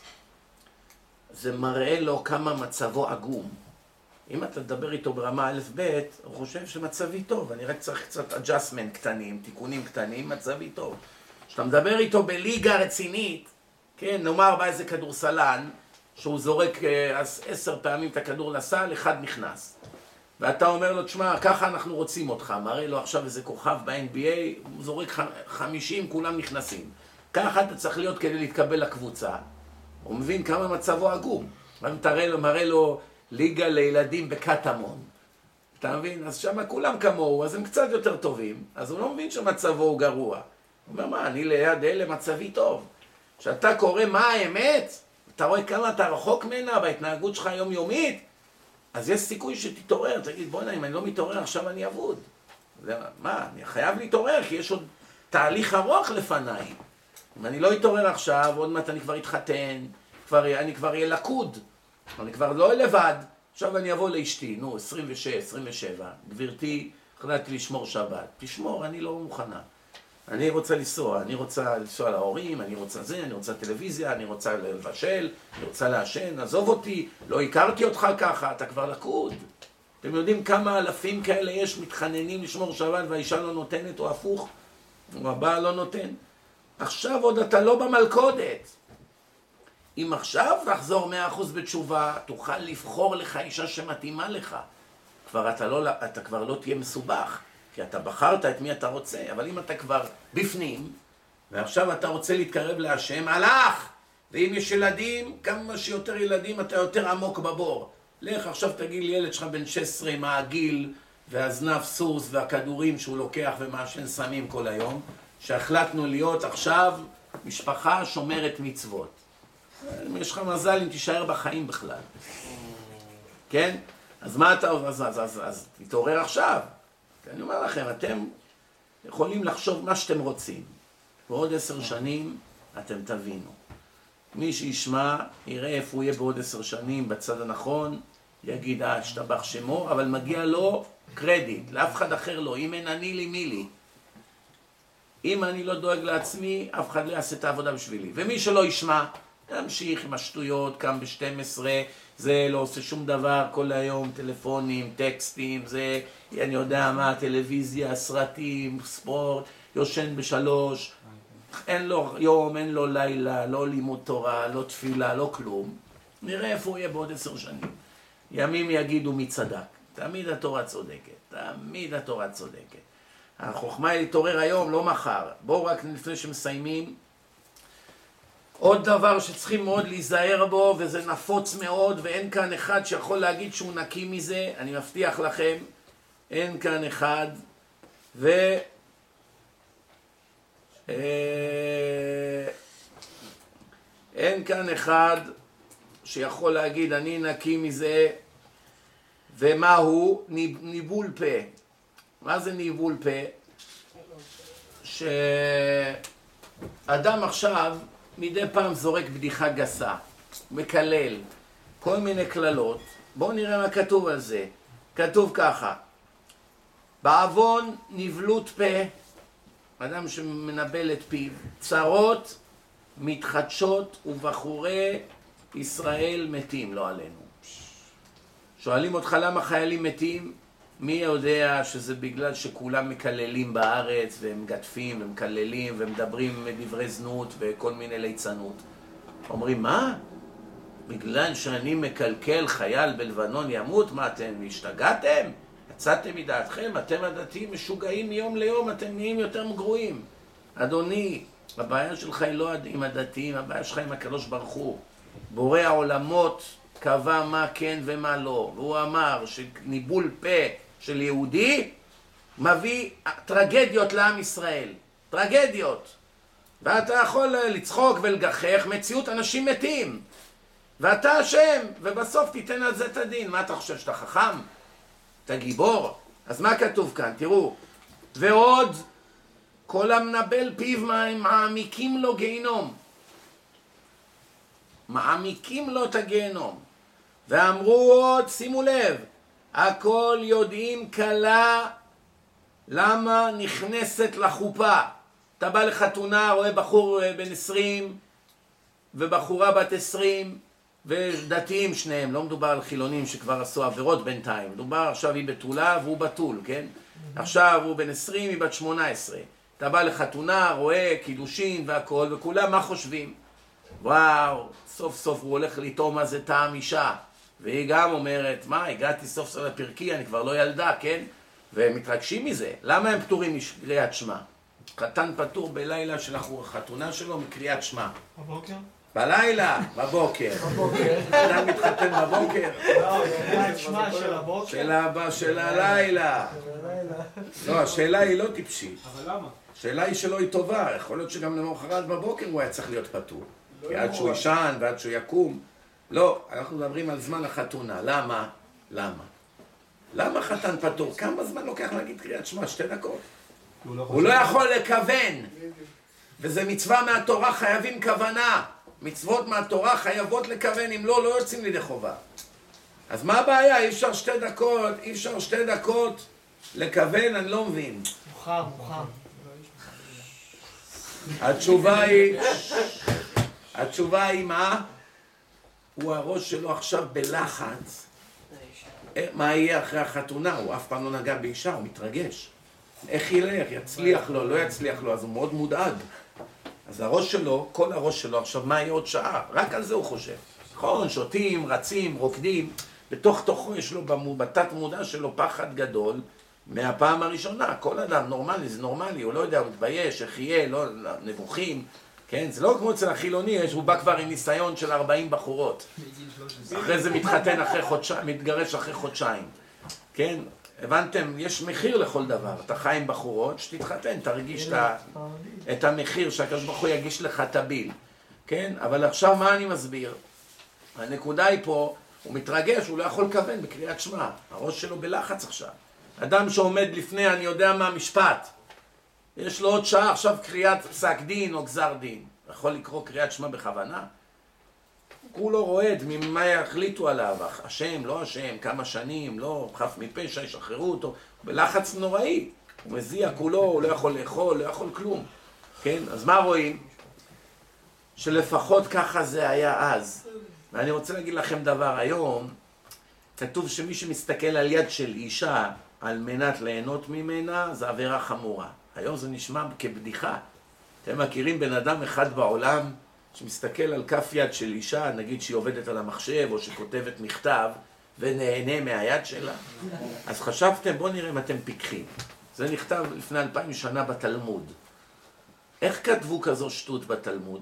זה מראה לו כמה מצבו עגום. אם אתה תדבר איתו ברמה א' ב', הוא חושב שמצבי טוב, אני רק צריך קצת adjustment קטנים, תיקונים קטנים, מצבי טוב. כשאתה מדבר איתו בליגה רצינית, כן, נאמר בא איזה כדורסלן, שהוא זורק 10 פעמים את הכדור לסל, אחד נכנס. ואתה אומר לו, תשמע, ככה אנחנו רוצים אותך, מראה לו עכשיו איזה כוכב ב-NBA, הוא זורק 50, כולם נכנסים. ככה אתה צריך להיות כדי להתקבל לקבוצה. הוא מבין כמה מצבו עגום. מראה לו ליגה לילדים בקטמון. אתה מבין? אז שם כולם כמוהו, אז הם קצת יותר טובים. אז הוא לא מבין שמצבו הוא גרוע. הוא אומר, מה, אני ליד אלה מצבי טוב. כשאתה קורא מה האמת, אתה רואה כמה אתה רחוק ממנה בהתנהגות שלך היומיומית, אז יש סיכוי שתתעורר. תגיד, בוא'נה, אם אני לא מתעורר, עכשיו אני אבוד. מה, אני חייב להתעורר, כי יש עוד תהליך ארוך לפניי. אם אני לא אתעורר עכשיו, עוד מעט אני כבר אתחתן, אני כבר אהיה לקוד, אני כבר לא לבד. עכשיו אני אבוא לאשתי, 26, 27, גברתי, החלטתי לשמור שבת. תשמור, אני לא מוכנה. אני רוצה לנסוע להורים, אני רוצה זה, אני רוצה טלוויזיה, אני רוצה לבשל, אני רוצה לעשן, עזוב אותי, לא הכרתי אותך ככה, אתה כבר לקוד. אתם יודעים כמה אלפים כאלה יש מתחננים לשמור שבת והאישה לא נותנת, או הפוך, או הבעל לא נותן. עכשיו עוד אתה לא במלכודת. אם עכשיו תחזור 100% בתשובה, תוכל לבחור לך אישה שמתאימה לך. אתה כבר לא תהיה מסובך, כי אתה בחרת את מי אתה רוצה. אבל אם אתה כבר בפנים, ועכשיו אתה רוצה להתקרב להשם, הלך! ואם יש ילדים, כמה שיותר ילדים אתה יותר עמוק בבור. לך עכשיו תגיד לי ילד שלך בן 16 מה הגיל והזנב סוס והכדורים שהוא לוקח ומעשן סמים כל היום, שהחלטנו להיות עכשיו משפחה שומרת מצוות. יש לך מזל אם תישאר בחיים בכלל. כן? אז מה אתה... אז תתעורר עכשיו. אני אומר לכם, אתם יכולים לחשוב מה שאתם רוצים. בעוד 10 שנים אתם תבינו. מי שישמע, יראה איפה הוא יהיה בעוד 10 שנים, בצד הנכון, יגיד, השתבח שמו, אבל מגיע לו קרדיט, לאף אחד אחר לא. אם אין אני לי, מי לי? אם אני לא דואג לעצמי, אף אחד לא יעשה את העבודה בשבילי. ומי שלא ישמע, תמשיך עם השטויות, קם ב-12, זה לא עושה שום דבר, כל היום טלפונים, טקסטים, זה, אני יודע מה, טלוויזיה, סרטים, ספורט, יושן ב3, אין לו יום, אין לו לילה, לא לימוד תורה, לא תפילה, לא כלום. נראה איפה הוא יהיה בעוד 10 שנים. ימים יגידו מי צדק. תמיד התורה צודקת, תמיד התורה צודקת. החוכמה היא להתעורר היום, לא מחר. בואו רק לפני שמסיימים. עוד דבר שצריכים מאוד להיזהר בו, וזה נפוץ מאוד, ואין כאן אחד שיכול להגיד שהוא נקי מזה, אני מבטיח לכם, אין כאן אחד, אין כאן אחד שיכול להגיד אני נקי מזה. ומה הוא? ניבול פה. מה זה ניבול פה? שאדם עכשיו מדי פעם זורק בדיחה גסה, מקלל, כל מיני כללות. בואו נראה מה כתוב על זה. כתוב ככה: בעוון נבלות פה, אדם שמנבל את פיו, צרות מתחדשות ובחורי ישראל מתים, לא עלינו. שואלים אותך למה חיילים מתים? מי יודע שזה בגלל שכולם מקללים בארץ והם גדפים ומקללים ומדברים דברי זנות וכל מיני ליצנות. אומרים, מה? בגלל שאני מקלקל חייל בלבנון ימות? מה, אתם השתגעתם? יצאתם מדעתכם? אתם הדתיים משוגעים מיום ליום, אתם נהיים יותר גרועים. אדוני, הבעיה שלך היא לא עם הדתיים, הבעיה שלך עם הקדוש ברוך הוא. בורא העולמות קבע מה כן ומה לא, והוא אמר שניבול פה של יהודי מביא טרגדיות לעם ישראל, טרגדיות. ואתה יכול לצחוק ולגחך, מציאות אנשים מתים, ואתה אשם, ובסוף תיתן על זה את הדין. מה אתה חושב, שאתה חכם? אתה גיבור? אז מה כתוב כאן? תראו, ועוד כל המנבל פיו מעמיקים לו גיהנום, מעמיקים לו את הגיהנום. ואמרו עוד, שימו לב, הכל יודעים כלה למה נכנסת לחופה. אתה בא לחתונה, רואה בחור בן 20 ובחורה בת 20 ודתיים שניהם, לא מדובר על חילונים שכבר עשו עבירות בינתיים, מדובר עכשיו היא בתולה והוא בתול, כן? עכשיו הוא בן 20, היא בת 18. אתה בא לחתונה, רואה קידושין והכל, וכולם מה חושבים? וואו, סוף סוף הוא הולך לטעום מה זה טעם אישה. והיא גם אומרת, מה, הגעתי סוף סוף לפרקי, אני כבר לא ילדה, כן? והם מתרגשים מזה. למה הם פטורים מקריאת שמע? חתן פטור בלילה של החתונה שלו מקריאת שמע. בבוקר? בלילה, בבוקר. אדם מתחתן בבוקר. לא, קריאת שמע של הבוקר? של הלילה. לא, השאלה היא לא טיפשית. אבל למה? השאלה היא שלא היא טובה. יכול להיות שגם למחרת בבוקר הוא היה צריך להיות פטור. כי עד שהוא ישן ועד שהוא יקום. לא, אנחנו מדברים על זמן החתונה. למה? למה? למה חתן פטור? כמה זמן לוקח להגיד קריאת שמע? 2 דקות. הוא לא יכול לכוון. וזה מצווה מהתורה, חייבים כוונה. מצוות מהתורה חייבות לכוון, אם לא, לא יוצאים לידי חובה. אז מה הבעיה? אי אפשר 2 דקות לכוון, אני לא מבין. מוכר. התשובה היא מה? הוא הראש שלו עכשיו בלחץ. מה יהיה אחרי החתונה? הוא אף פעם לא נגע באישה, הוא מתרגש. איך ילך? יצליח לו, לא יצליח לו, אז הוא מאוד מודאג. אז הראש שלו, כל הראש שלו, עכשיו מה יהיה עוד שעה? רק על זה הוא חושב. נכון, שותים, רצים, רוקדים. בתוך תוכו יש לו, בתת מודע שלו, פחד גדול מהפעם הראשונה. כל אדם נורמלי, זה נורמלי, הוא לא יודע, הוא מתבייש, איך יהיה, לא, נבוכים. כן, זה לא כמו אצל החילוני, הוא בא כבר עם ניסיון של 40 בחורות. אחרי זה מתחתן אחרי חודשיים, מתגרש אחרי חודשיים. כן, הבנתם, יש מחיר לכל דבר. אתה חי עם בחורות, שתתחתן, תרגיש את המחיר שהקדוש ברוך הוא יגיש לך את הביל. כן, אבל עכשיו מה אני מסביר? הנקודה היא פה, הוא מתרגש, הוא לא יכול לכוון בקריאת שמע. הראש שלו בלחץ עכשיו. אדם שעומד לפני, אני יודע מה, משפט. יש לו עוד שעה, עכשיו קריאת פסק דין או גזר דין. יכול לקרוא קריאת שמע בכוונה? הוא לא רועד ממה יחליטו עליו, השם, לא השם, כמה שנים, לא, חף מפשע, ישחררו אותו. בלחץ נוראי. הוא מזיע כולו, הוא לא יכול לאכול, לא יכול כלום. כן? אז מה רואים? שלפחות ככה זה היה אז. ואני רוצה להגיד לכם דבר, היום כתוב שמי שמסתכל על יד של אישה על מנת ליהנות ממנה, זה עבירה חמורה. היום זה נשמע כבדיחה. אתם מכירים בן אדם אחד בעולם שמסתכל על כף יד של אישה, נגיד שהיא עובדת על המחשב או שכותבת מכתב ונהנה מהיד שלה? אז חשבתם, בואו נראה אם אתם פיקחים. זה נכתב לפני 2000 שנה בתלמוד. איך כתבו כזו שטות בתלמוד?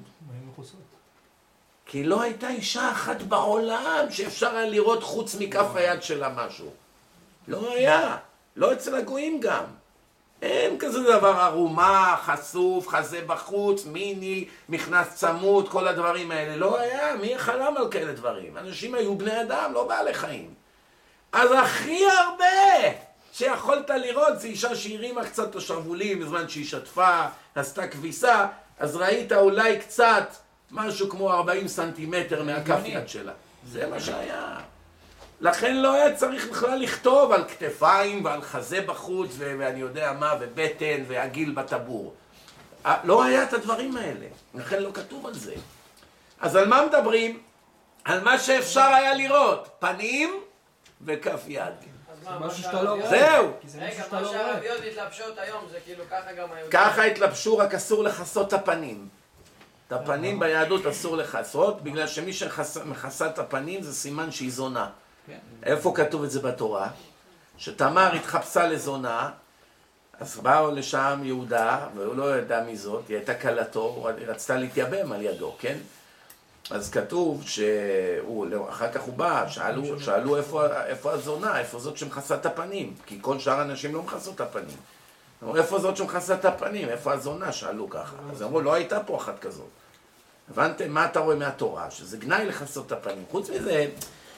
כי לא הייתה אישה אחת בעולם שאפשר היה לראות חוץ מכף היד שלה משהו. לא היה. לא אצל הגויים גם. אין כזה דבר ערומה, חשוף, חזה בחוץ, מיני, מכנס צמוד, כל הדברים האלה. לא היה. מי חלם על כאלה דברים? אנשים היו בני אדם, לא בעלי חיים. אז הכי הרבה שיכולת לראות זה אישה שהרימה קצת את השרוולים בזמן שהיא שטפה, עשתה כביסה, אז ראית אולי קצת משהו כמו 40 סנטימטר מהכף יד שלה. זה מה שהיה. לכן לא היה צריך בכלל לכתוב על כתפיים ועל חזה בחוץ ואני יודע מה, ובטן ועגיל בטבור. לא היה את הדברים האלה. לכן לא כתוב על זה. אז על מה מדברים? על מה שאפשר היה לראות. פנים וכף יד. משהו שאתה לא רואה. זהו. רגע, מה שהערביות מתלבשות היום זה כאילו ככה גם היהודים. ככה התלבשו, רק אסור לחסות את הפנים. את הפנים ביהדות אסור לחסות, בגלל שמי שמכסה את הפנים זה סימן שהיא זונה. איפה כתוב את זה בתורה? שתמר התחפשה לזונה, אז באו לשם יהודה, והוא לא ידע מי זאת, היא הייתה קלתו, היא רצתה להתייבם על ידו, כן? אז כתוב אחר כך הוא בא, שאלו איפה הזונה, איפה זאת שמכסה את הפנים, כי כל שאר האנשים לא מכסות את הפנים. אמרו, איפה זאת שמכסה את הפנים, איפה הזונה, שאלו ככה. אז אמרו, לא הייתה פה אחת כזאת. הבנתם מה אתה רואה מהתורה? שזה גנאי לכסות את הפנים. חוץ מזה,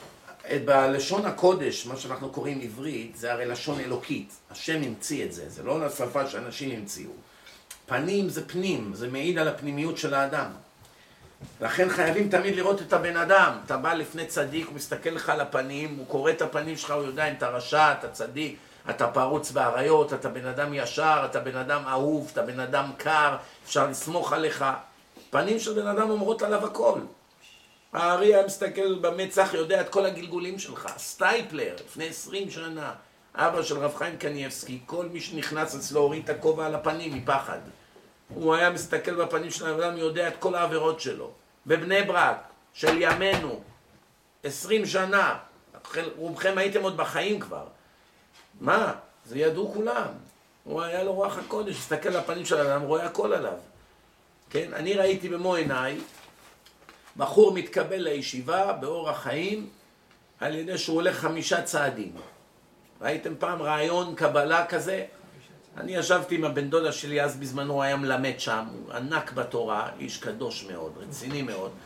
בלשון הקודש, מה שאנחנו קוראים עברית, זה הרי לשון אלוקית. השם המציא את זה, זה לא לשפה שאנשים המציאו. פנים זה פנים, זה מעיד על הפנימיות של האדם. לכן חייבים תמיד לראות את הבן אדם. אתה בא לפני צדיק, הוא מסתכל לך על הפנים, הוא קורא את הפנים שלך, הוא יודע אם אתה רשע, אתה צדיק, אתה פרוץ בעריות, אתה בן אדם ישר, אתה בן אדם אהוב, אתה בן אדם קר, אפשר לסמוך עליך. פנים של בן אדם אומרות עליו הכל. הארי היה מסתכל במצח, יודע את כל הגלגולים שלך. סטייפלר, לפני 20 שנה, אבא של רב חיים קניאבסקי, כל מי שנכנס אצלו הוריד את הכובע על הפנים מפחד. הוא היה מסתכל בפנים של האדם, יודע את כל העבירות שלו. בבני ברק, של ימינו, 20 שנה, רובכם הייתם עוד בחיים כבר. מה? זה ידעו כולם. הוא היה לו רוח הקודש, הסתכל על הפנים של האדם, רואה הכל עליו. כן? אני ראיתי במו עיניי, בחור מתקבל לישיבה באורח חיים, על ידי שהוא הולך 5 צעדים. ראיתם פעם רעיון קבלה כזה? אני ישבתי עם הבן דודה שלי, אז בזמנו הוא היה מלמד שם, הוא ענק בתורה, איש קדוש מאוד, רציני מאוד.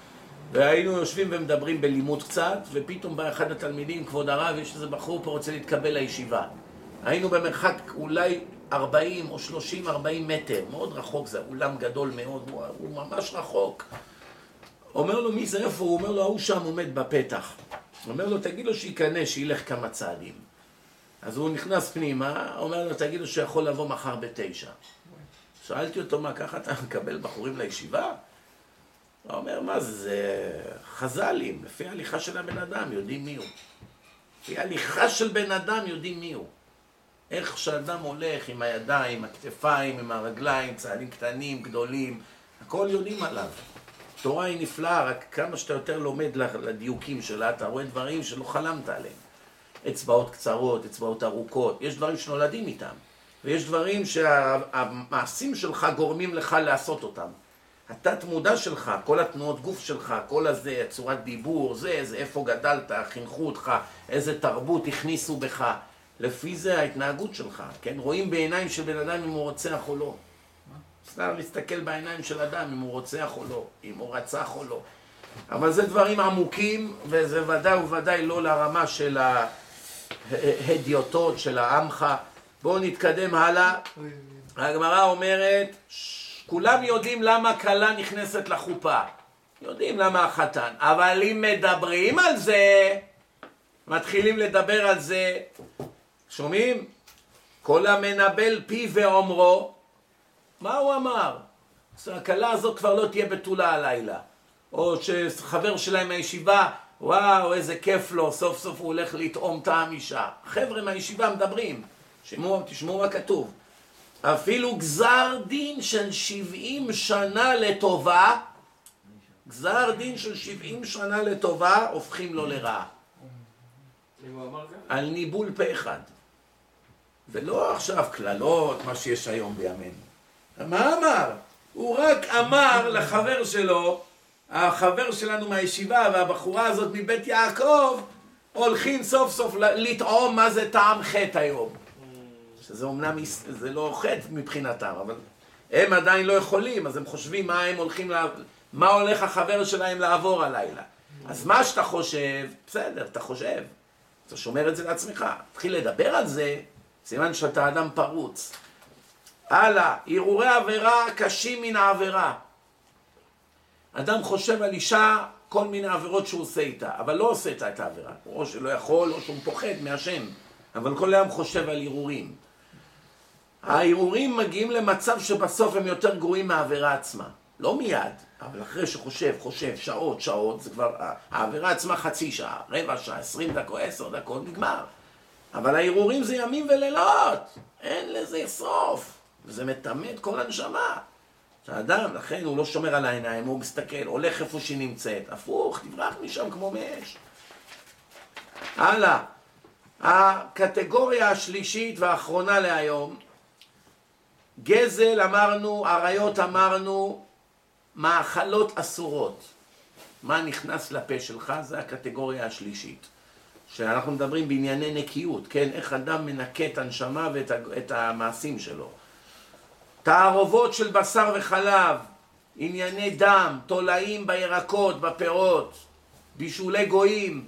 והיינו יושבים ומדברים בלימוד קצת, ופתאום בא אחד התלמידים, כבוד הרב, יש איזה בחור פה רוצה להתקבל לישיבה. היינו במרחק אולי 40 או 30-40 מטר, מאוד רחוק, זה אולם גדול מאוד, הוא ממש רחוק. אומר לו, מי זה איפה? הוא אומר לו, הוא שם עומד בפתח. אומר לו, תגיד לו שייכנס, שילך כמה צעדים. אז הוא נכנס פנימה, אומר לו, תגיד לו שיכול לבוא מחר ב9. שאלתי אותו, מה, ככה אתה מקבל בחורים לישיבה? הוא אומר, מה זה? זה חז"לים, לפי ההליכה של הבן אדם, יודעים מי הוא. לפי ההליכה של בן אדם, יודעים מי הוא. איך שאדם הולך עם הידיים, הכתפיים, עם הרגליים, צעדים קטנים, גדולים, הכל יודעים עליו. תורה היא נפלאה, רק כמה שאתה יותר לומד לדיוקים שלה, אתה רואה דברים שלא חלמת עליהם. אצבעות קצרות, אצבעות ארוכות, יש דברים שנולדים איתם. ויש דברים שהמעשים שלך גורמים לך לעשות אותם. התת מודע שלך, כל התנועות גוף שלך, כל הזה, צורת דיבור, זה איפה גדלת, חינכו אותך, איזה תרבות הכניסו בך. לפי זה ההתנהגות שלך, כן? רואים בעיניים של בן אדם אם הוא רוצח או לא. סתם להסתכל בעיניים של אדם אם הוא רוצח או לא, אם הוא רצח או לא. אבל זה דברים עמוקים, וזה ודאי וודאי לא לרמה של ההדיוטות של העמך. בואו נתקדם הלאה. הגמרא אומרת, כולם יודעים למה כלה נכנסת לחופה. יודעים למה החתן. אבל אם מדברים על זה, מתחילים לדבר על זה, שומעים? כל המנבל פי ואומרו, מה הוא אמר? הכלה הזאת כבר לא תהיה בתולה הלילה. או שחבר שלהם מהישיבה, וואו, איזה כיף לו, סוף סוף הוא הולך לטעום טעם אישה. חבר'ה מהישיבה מדברים, תשמעו מה כתוב. אפילו גזר דין של 70 שנה לטובה, גזר דין של 70 שנה לטובה, הופכים לו לרעה. על ניבול פה אחד. ולא עכשיו כללות, מה שיש היום בימינו. מה אמר? הוא רק אמר לחבר שלו, החבר שלנו מהישיבה והבחורה הזאת מבית יעקב, הולכים סוף סוף לטעום מה זה טעם חטא היום. שזה אומנם, זה לא חטא מבחינתם, אבל הם עדיין לא יכולים, אז הם חושבים מה הם הולכים, מה הולך החבר שלהם לעבור הלילה. אז מה שאתה חושב, בסדר, אתה חושב. אתה שומר את זה לעצמך. תתחיל לדבר על זה, סימן שאתה אדם פרוץ. הלאה, הרהורי עבירה קשים מן העבירה. אדם חושב על אישה כל מיני עבירות שהוא עושה איתה, אבל לא עושה איתה את העבירה. או שלא יכול, או שהוא פוחד מהשם. אבל כל היום חושב על הרהורים. ההרהורים מגיעים למצב שבסוף הם יותר גרועים מהעבירה עצמה. לא מיד, אבל אחרי שחושב, שעות, זה כבר, העבירה עצמה חצי שעה, רבע שעה, 20 דקות, 10 דקות, נגמר. אבל ההרהורים זה ימים ולילות, אין לזה סוף. וזה מתמת כל הנשמה. האדם, לכן הוא לא שומר על העיניים, הוא מסתכל, הולך איפה שהיא נמצאת. הפוך, תברח משם כמו מאש. הלאה. הקטגוריה השלישית והאחרונה להיום, גזל אמרנו, עריות אמרנו, מאכלות אסורות. מה נכנס לפה שלך? זה הקטגוריה השלישית. שאנחנו מדברים בענייני נקיות, כן? איך אדם מנקה את הנשמה ואת המעשים שלו. תערובות של בשר וחלב, ענייני דם, תולעים בירקות, בפירות, בישולי גויים,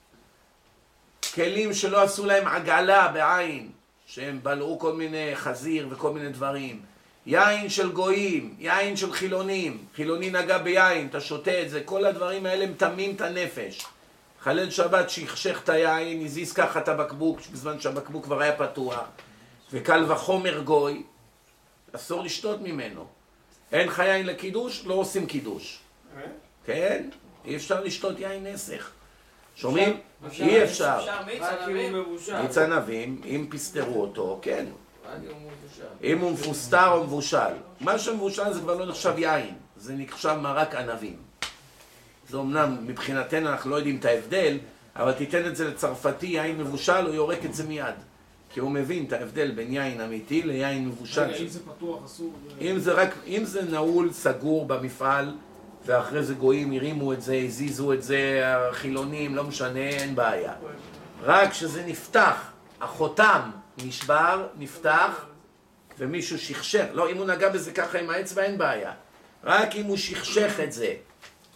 כלים שלא עשו להם עגלה בעין, שהם בלעו כל מיני חזיר וכל מיני דברים. יין של גויים, יין של חילונים, חילוני נגע ביין, אתה שותה את זה, כל הדברים האלה מטמאים את הנפש. חלל שבת שיחשך את היין, הזיז ככה את הבקבוק, בזמן שהבקבוק כבר היה פתוח, וקל וחומר גוי, אסור לשתות ממנו. אין לך יין לקידוש, לא עושים קידוש. כן? אי אפשר לשתות יין נסך. שומעים? אי אפשר. מיץ ענבים, אם פסטרו אותו, כן. אם הוא מפוסטר או מבושל. מה שמבושל זה כבר לא נחשב יין, זה נחשב מרק ענבים. זה אמנם מבחינתנו אנחנו לא יודעים את ההבדל, אבל תיתן את זה לצרפתי, יין מבושל, הוא יורק את זה מיד. כי הוא מבין את ההבדל בין יין אמיתי ליין מבושל. אם זה פתוח, אסור... אם זה נעול, סגור במפעל, ואחרי זה גויים הרימו את זה, הזיזו את זה, החילונים, לא משנה, אין בעיה. רק שזה נפתח, החותם נשבר, נפתח, ומישהו שכשך, לא, אם הוא נגע בזה ככה עם האצבע אין בעיה. רק אם הוא שכשך את זה,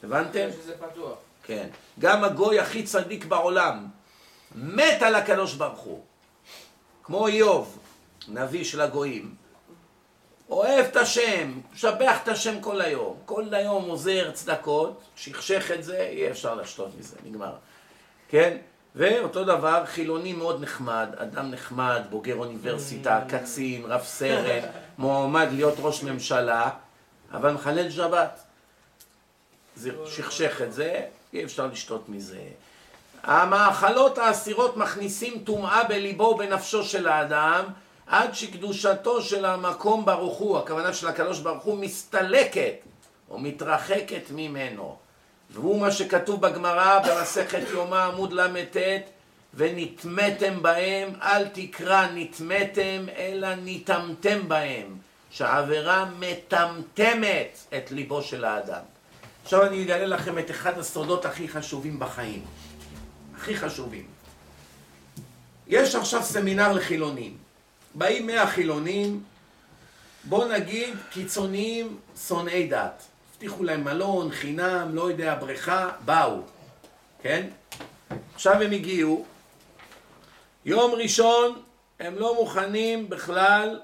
הבנתם? שזה פתוח. כן. גם הגוי הכי צדיק בעולם מת על הקדוש ברוך הוא. כמו איוב, נביא של הגויים. אוהב את השם, משבח את השם כל היום. כל היום עוזר צדקות, שכשך את זה, יהיה אפשר לשתות מזה, נגמר. כן? ואותו דבר, חילוני מאוד נחמד, אדם נחמד, בוגר אוניברסיטה, קצין, רב סרן, מועמד להיות ראש ממשלה, אבל מחלל שבת. זה שכשך את זה, אי אפשר לשתות מזה. המאכלות האסירות מכניסים טומאה בליבו ובנפשו של האדם, עד שקדושתו של המקום ברוך הוא, הכוונה של הקדוש ברוך הוא, מסתלקת או מתרחקת ממנו. והוא מה שכתוב בגמרא במסכת יומא עמוד ל"ט, ונטמתם בהם, אל תקרא נטמתם אלא ניטמתם בהם, שהעבירה מטמטמת את ליבו של האדם. עכשיו אני אגלה לכם את אחד הסודות הכי חשובים בחיים, הכי חשובים. יש עכשיו סמינר לחילונים, באים 100 חילונים, בוא נגיד קיצוניים שונאי דת, הבטיחו להם מלון, חינם, לא יודע, בריכה, באו, כן? עכשיו הם הגיעו, יום ראשון הם לא מוכנים בכלל,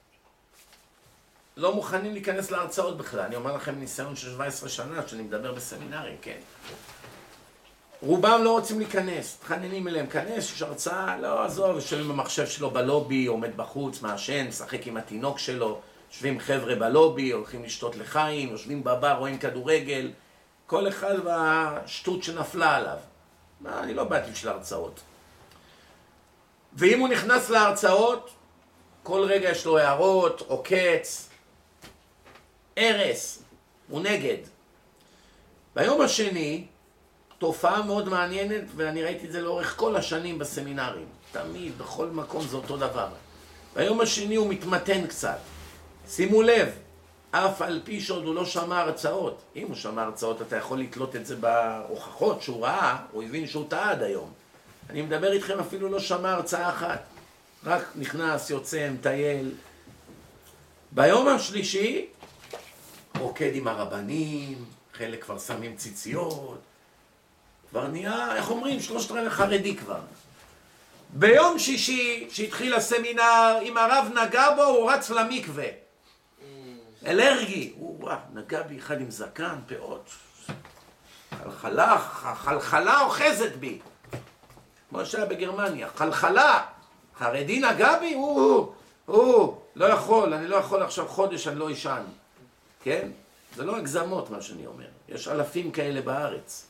לא מוכנים להיכנס להרצאות בכלל. אני אומר לכם ניסיון של 17 שנה שאני מדבר בסמינרים, כן? רובם לא רוצים להיכנס, תחננים אליהם, כנס, יש הרצאה, לא, עזוב, יושבים במחשב שלו בלובי, עומד בחוץ, מעשן, משחק עם התינוק שלו, יושבים חבר'ה בלובי, הולכים לשתות לחיים, יושבים בבר, רואים כדורגל, כל אחד והשטות שנפלה עליו. מה, אני לא באתי בשביל הרצאות. ואם הוא נכנס להרצאות, כל רגע יש לו הערות, עוקץ, הרס, הוא נגד. ביום השני, תופעה מאוד מעניינת, ואני ראיתי את זה לאורך כל השנים בסמינרים. תמיד, בכל מקום זה אותו דבר. ביום השני הוא מתמתן קצת. שימו לב, אף על פי שעוד הוא לא שמע הרצאות. אם הוא שמע הרצאות, אתה יכול לתלות את זה בהוכחות שהוא ראה, הוא הבין שהוא טעה עד היום. אני מדבר איתכם, אפילו לא שמע הרצאה אחת. רק נכנס, יוצא, מטייל. ביום השלישי, רוקד עם הרבנים, חלק כבר שמים ציציות, כבר נהיה, איך אומרים, 3/4 חרדי כבר. ביום שישי, שהתחיל הסמינר, אם הרב נגע בו, הוא רץ למקווה. אלרגי, הוא נגע בי אחד עם זקן, פאות. חלחלה אוחזת בי. כמו שהיה בגרמניה, חלחלה. חרדי נגע בי, לא יכול, אני לא יכול עכשיו חודש, אני לא ישן. כן? זה לא הגזמות מה שאני אומר. יש אלפים כאלה בארץ.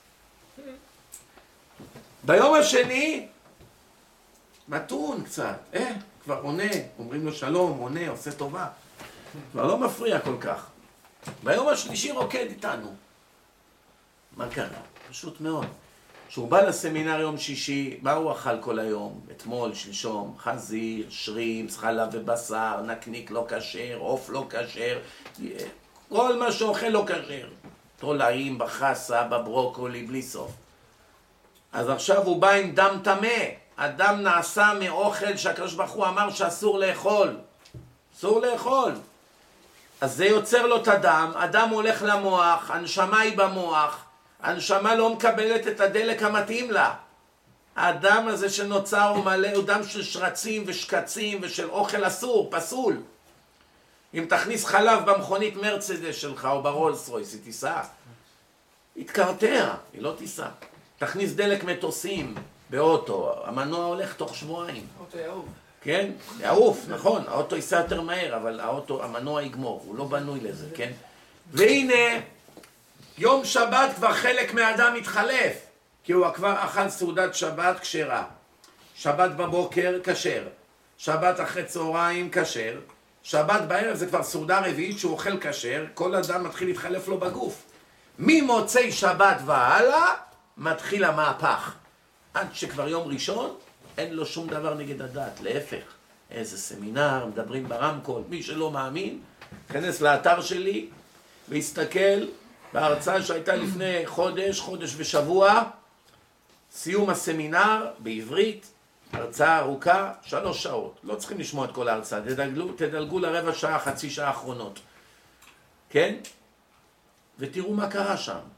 ביום השני, מתון קצת, כבר עונה, אומרים לו שלום, עונה, עושה טובה. כבר לא מפריע כל כך. ביום השלישי רוקד איתנו. מה קרה? פשוט מאוד. כשהוא בא לסמינר יום שישי, מה הוא אכל כל היום? אתמול, שלשום, חזיר, שרימפס, חלב ובשר, נקניק לא כשר, עוף לא כשר, כל מה שאוכל לא כשר. תולעים בחסה, בברוקולי, בלי סוף. אז עכשיו הוא בא עם דם טמא. הדם נעשה מאוכל שהקדוש ברוך הוא אמר שאסור לאכול. אסור לאכול. אז זה יוצר לו את הדם, הדם הולך למוח, הנשמה היא במוח, הנשמה לא מקבלת את הדלק המתאים לה. הדם הזה שנוצר הוא מלא, הוא דם של שרצים ושקצים ושל אוכל אסור, פסול. אם תכניס חלב במכונית מרצדס שלך או ברולס רויס, היא תיסע. התקרטע, היא לא תיסע. תכניס דלק מטוסים באוטו, המנוע הולך תוך שבועיים. אוטו יעוף. כן? יעוף, נכון, האוטו ייסע יותר מהר, אבל המנוע יגמור, הוא לא בנוי לזה, כן? והנה, יום שבת כבר חלק מהאדם מתחלף, כי הוא כבר אכל סעודת שבת כשרה. שבת בבוקר כשר, שבת אחרי צהריים כשר, שבת בערב זה כבר סעודה רביעית שהוא אוכל כשר, כל אדם מתחיל להתחלף לו בגוף. ממוצאי שבת והלאה, מתחיל המהפך. עד שכבר יום ראשון, אין לו שום דבר נגד הדת, להפך. איזה סמינר, מדברים ברמקול, מי שלא מאמין, כנס לאתר שלי, ויסתכל בהרצאה שהייתה לפני חודש ושבוע, סיום הסמינר בעברית, הרצאה ארוכה, 3 שעות. לא צריכים לשמוע את כל ההרצאה, תדלגו לרבע שעה, חצי שעה האחרונות. כן? ותראו מה קרה שם.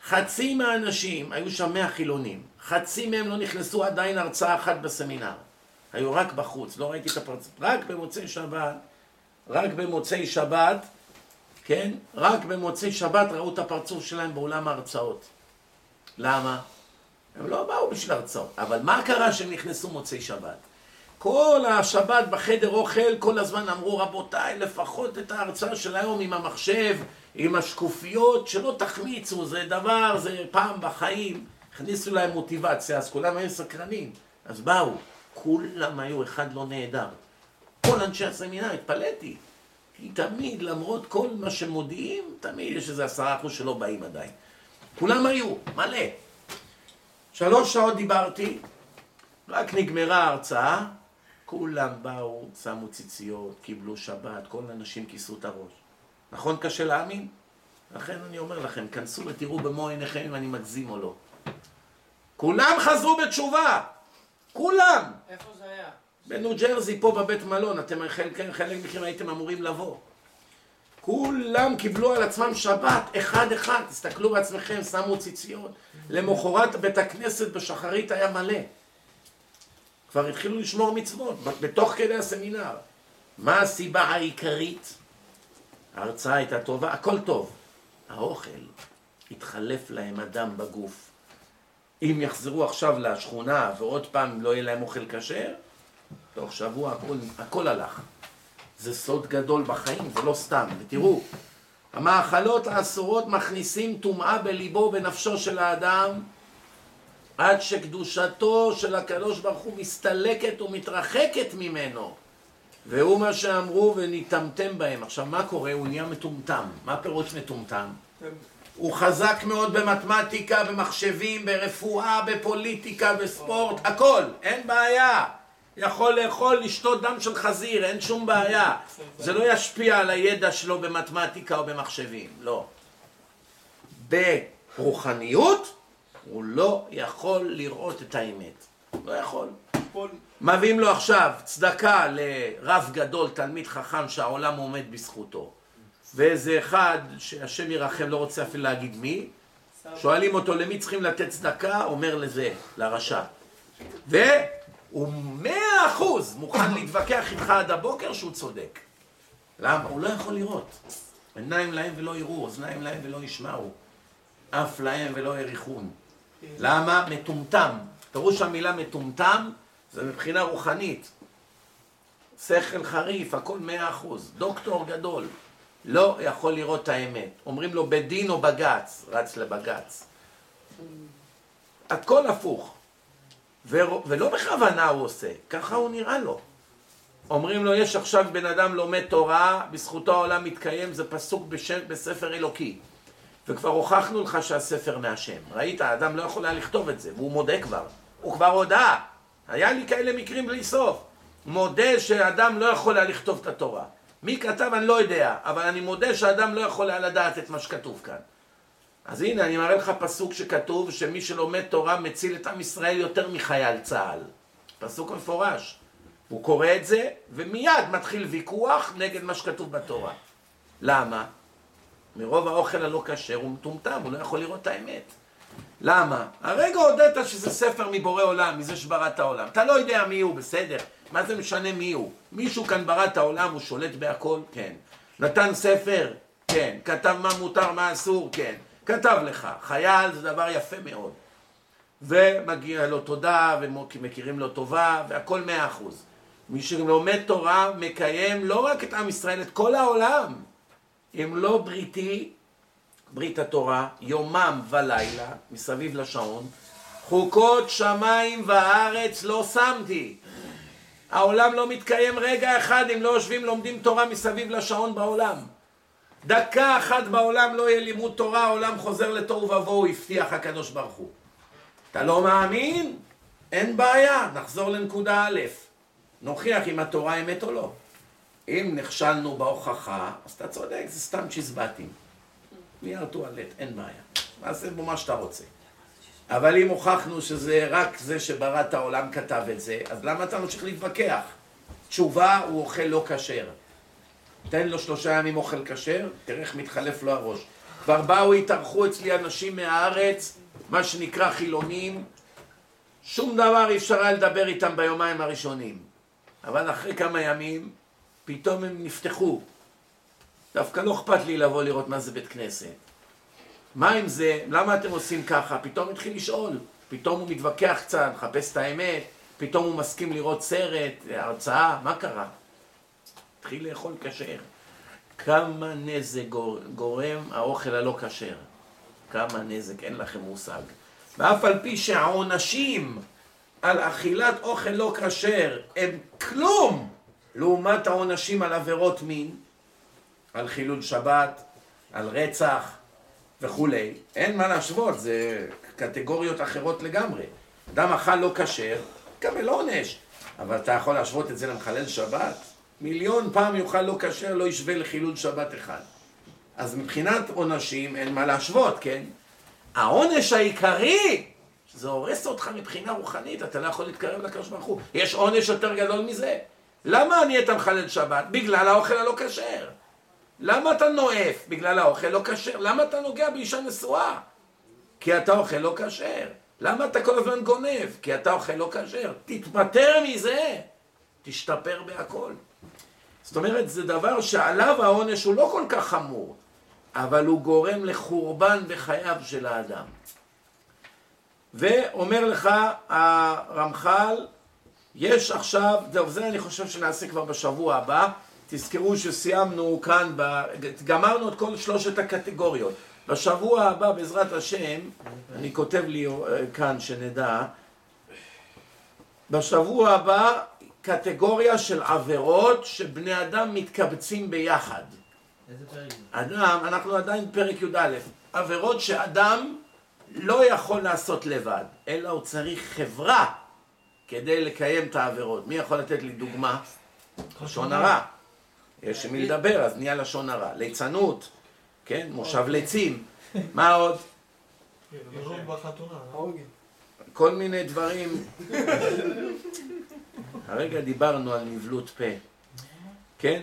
חצי מהאנשים, היו שם 100 חילונים, חצי מהם לא נכנסו עדיין הרצאה אחת בסמינר. היו רק בחוץ, לא ראיתי את הפרצוף. רק במוצאי שבת, כן? רק במוצאי שבת ראו את הפרצוף שלהם באולם ההרצאות. למה? הם לא באו בשביל הרצאות. אבל מה קרה שהם נכנסו מוצאי שבת? כל השבת בחדר אוכל, כל הזמן אמרו, רבותיי, לפחות את ההרצאה של היום עם המחשב, עם השקופיות, שלא תחמיצו, זה דבר, זה פעם בחיים. הכניסו להם מוטיבציה, אז כולם היו סקרנים. אז באו, כולם היו, אחד לא נהדר. כל אנשי הסמינר, התפלאתי. כי תמיד, למרות כל מה שמודיעים, תמיד יש איזה 10% שלא באים עדיין. כולם היו, מלא. 3 שעות דיברתי, רק נגמרה ההרצאה, כולם באו, שמו ציציות, קיבלו שבת, כל האנשים כיסו את הראש. נכון קשה להאמין? לכן אני אומר לכם, כנסו ותראו במו עיניכם אם אני מגזים או לא. כולם חזרו בתשובה! כולם! איפה זה היה? בניו ג'רזי, פה בבית מלון, אתם חלק מכם הייתם אמורים לבוא. כולם קיבלו על עצמם שבת, אחד. תסתכלו בעצמכם, שמו ציציות. למחרת בית הכנסת בשחרית היה מלא. כבר התחילו לשמור מצוות, בתוך כדי הסמינר. מה הסיבה העיקרית? ההרצאה הייתה טובה, הכל טוב. האוכל התחלף להם אדם בגוף. אם יחזרו עכשיו לשכונה ועוד פעם לא יהיה להם אוכל כשר, תוך שבוע הכל הלך. זה סוד גדול בחיים, זה לא סתם. ותראו, המאכלות האסורות מכניסים טומאה בליבו בנפשו של האדם, עד שקדושתו של הקדוש ברוך הוא מסתלקת ומתרחקת ממנו. והוא מה שאמרו וניתמתם בהם. עכשיו מה קורה? הוא נהיה מטומטם. מה פירוש מטומטם? הוא חזק מאוד במתמטיקה, במחשבים, ברפואה, בפוליטיקה, בספורט, הכל, אין בעיה. יכול לאכול, לשתות דם של חזיר, אין שום בעיה. זה לא ישפיע על הידע שלו במתמטיקה או במחשבים, לא. ברוחניות הוא לא יכול לראות את האמת. לא יכול. מביאים לו עכשיו צדקה לרב גדול, תלמיד חכם שהעולם עומד בזכותו. ואיזה אחד שהשם ירחם לא רוצה אפילו להגיד מי, שואלים אותו למי צריכים לתת צדקה, אומר לזה, לרשע. והוא 100% מוכן להתווכח איתך עד הבוקר שהוא צודק. למה? הוא לא יכול לראות. עיניים להם ולא יראו, אוזניים להם ולא ישמעו, אף להם ולא יריחון. למה? מטומטם. פירוש המילה מטומטם זה מבחינה רוחנית. שכל חריף, הכל 100%. דוקטור גדול. לא יכול לראות את האמת. אומרים לו בדין או בגץ, רץ לבגץ. הכל הפוך. ולא בכוונה הוא עושה, ככה הוא נראה לו. אומרים לו, יש עכשיו בן אדם לומד תורה, בזכותו העולם מתקיים, זה פסוק בספר אלוקי. וכבר הוכחנו לך שהספר מהשם. ראית, האדם לא יכול היה לכתוב את זה, והוא מודה כבר. הוא כבר הודע. היה לי כאלה מקרים בלי סוף. מודה שהאדם לא יכול היה לכתוב את התורה. מי כתב אני לא יודע, אבל אני מודה שהאדם לא יכול היה לדעת את מה שכתוב כאן. אז הנה, אני מראה לך פסוק שכתוב שמי שלומד תורה מציל את עם ישראל יותר מחייל צה"ל. פסוק מפורש. הוא קורא את זה, ומיד מתחיל ויכוח נגד מה שכתוב בתורה. למה? מרוב האוכל הלא כשר הוא מטומטם, הוא לא יכול לראות את האמת. למה? הרגע הודעת שזה ספר מבורא עולם, מזה שברא את העולם. אתה לא יודע מי הוא, בסדר. מה זה משנה מי הוא? מישהו כאן ברא את העולם, הוא שולט בהכל? כן. נתן ספר? כן. כתב מה מותר, מה אסור? כן. כתב לך. חייל זה דבר יפה מאוד. ומגיע לו תודה, ומכירים לו טובה, והכל 100%. מי שלומד תורה מקיים לא רק את עם ישראל, את כל העולם. אם לא בריתי, ברית התורה, יומם ולילה, מסביב לשעון, חוקות שמיים וארץ לא שמתי. העולם לא מתקיים רגע אחד אם לא יושבים לומדים תורה מסביב לשעון בעולם. דקה אחת בעולם לא יהיה לימוד תורה, העולם חוזר לתוהו ובוהו, הבטיח הקדוש ברוך הוא. אתה לא מאמין? אין בעיה, נחזור לנקודה א', נוכיח אם התורה אמת או לא. אם נכשלנו בהוכחה, אז אתה צודק, זה סתם צ'יזבטים. נייר טואלט, אין בעיה. נעשה בו מה שאתה רוצה. אבל אם הוכחנו שזה רק זה שברא את העולם כתב את זה, אז למה אתה ממשיך להתווכח? תשובה, הוא אוכל לא כשר. תן לו 3 ימים אוכל כשר, תראה איך מתחלף לו הראש. כבר באו, התארחו אצלי אנשים מהארץ, מה שנקרא חילונים, שום דבר אי אפשר היה לדבר איתם ביומיים הראשונים. אבל אחרי כמה ימים, פתאום הם נפתחו. דווקא לא אכפת לי לבוא לראות מה זה בית כנסת. מה עם זה? למה אתם עושים ככה? פתאום התחיל לשאול. פתאום הוא מתווכח קצת, מחפש את האמת, פתאום הוא מסכים לראות סרט, הרצאה, מה קרה? התחיל לאכול כשר. כמה נזק גורם האוכל הלא כשר. כמה נזק, אין לכם מושג. ואף על פי שהעונשים על אכילת אוכל לא כשר הם כלום לעומת העונשים על עבירות מין, על חילול שבת, על רצח וכולי. אין מה להשוות, זה קטגוריות אחרות לגמרי. אדם אכל לא כשר, קבל עונש. אבל אתה יכול להשוות את זה למחלל שבת? מיליון פעם יאכל לא כשר, לא ישווה לחילול שבת אחד. אז מבחינת עונשים אין מה להשוות, כן? העונש העיקרי, שזה הורס אותך מבחינה רוחנית, אתה לא יכול להתקרב לקדוש ברוך הוא. יש עונש יותר גדול מזה. למה אני אתה מחלל שבת? בגלל האוכל הלא כשר. למה אתה נואף? בגלל האוכל לא כשר. למה אתה נוגע באישה נשואה? כי אתה אוכל לא כשר. למה אתה כל הזמן גונב? כי אתה אוכל לא כשר. תתפטר מזה, תשתפר בהכל. זאת אומרת, זה דבר שעליו העונש הוא לא כל כך חמור, אבל הוא גורם לחורבן בחייו של האדם. ואומר לך הרמח"ל, יש עכשיו, זה אני חושב שנעשה כבר בשבוע הבא, תזכרו שסיימנו כאן, גמרנו את כל שלושת הקטגוריות. בשבוע הבא, בעזרת השם, אני כותב לי כאן שנדע, בשבוע הבא, קטגוריה של עבירות שבני אדם מתקבצים ביחד. איזה פרק? אדם, אנחנו עדיין פרק י"א, עבירות שאדם לא יכול לעשות לבד, אלא הוא צריך חברה כדי לקיים את העבירות. מי יכול לתת לי דוגמה? לשון הרע. יש מי לדבר, אז נהיה לשון הרע. ליצנות, כן? מושב ליצים. מה עוד? כל מיני דברים. הרגע דיברנו על נבלות פה. כן?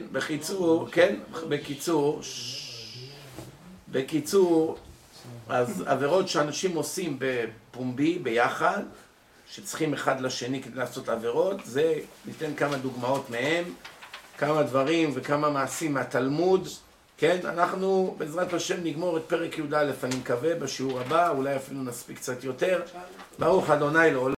בקיצור, אז עבירות שאנשים עושים בפומבי, ביחד, שצריכים אחד לשני כדי לעשות עבירות, זה, ניתן כמה דוגמאות מהם, כמה דברים וכמה מעשים מהתלמוד, כן? אנחנו בעזרת השם נגמור את פרק י"א, אני מקווה, בשיעור הבא, אולי אפילו נספיק קצת יותר. ברוך ה' לעולם.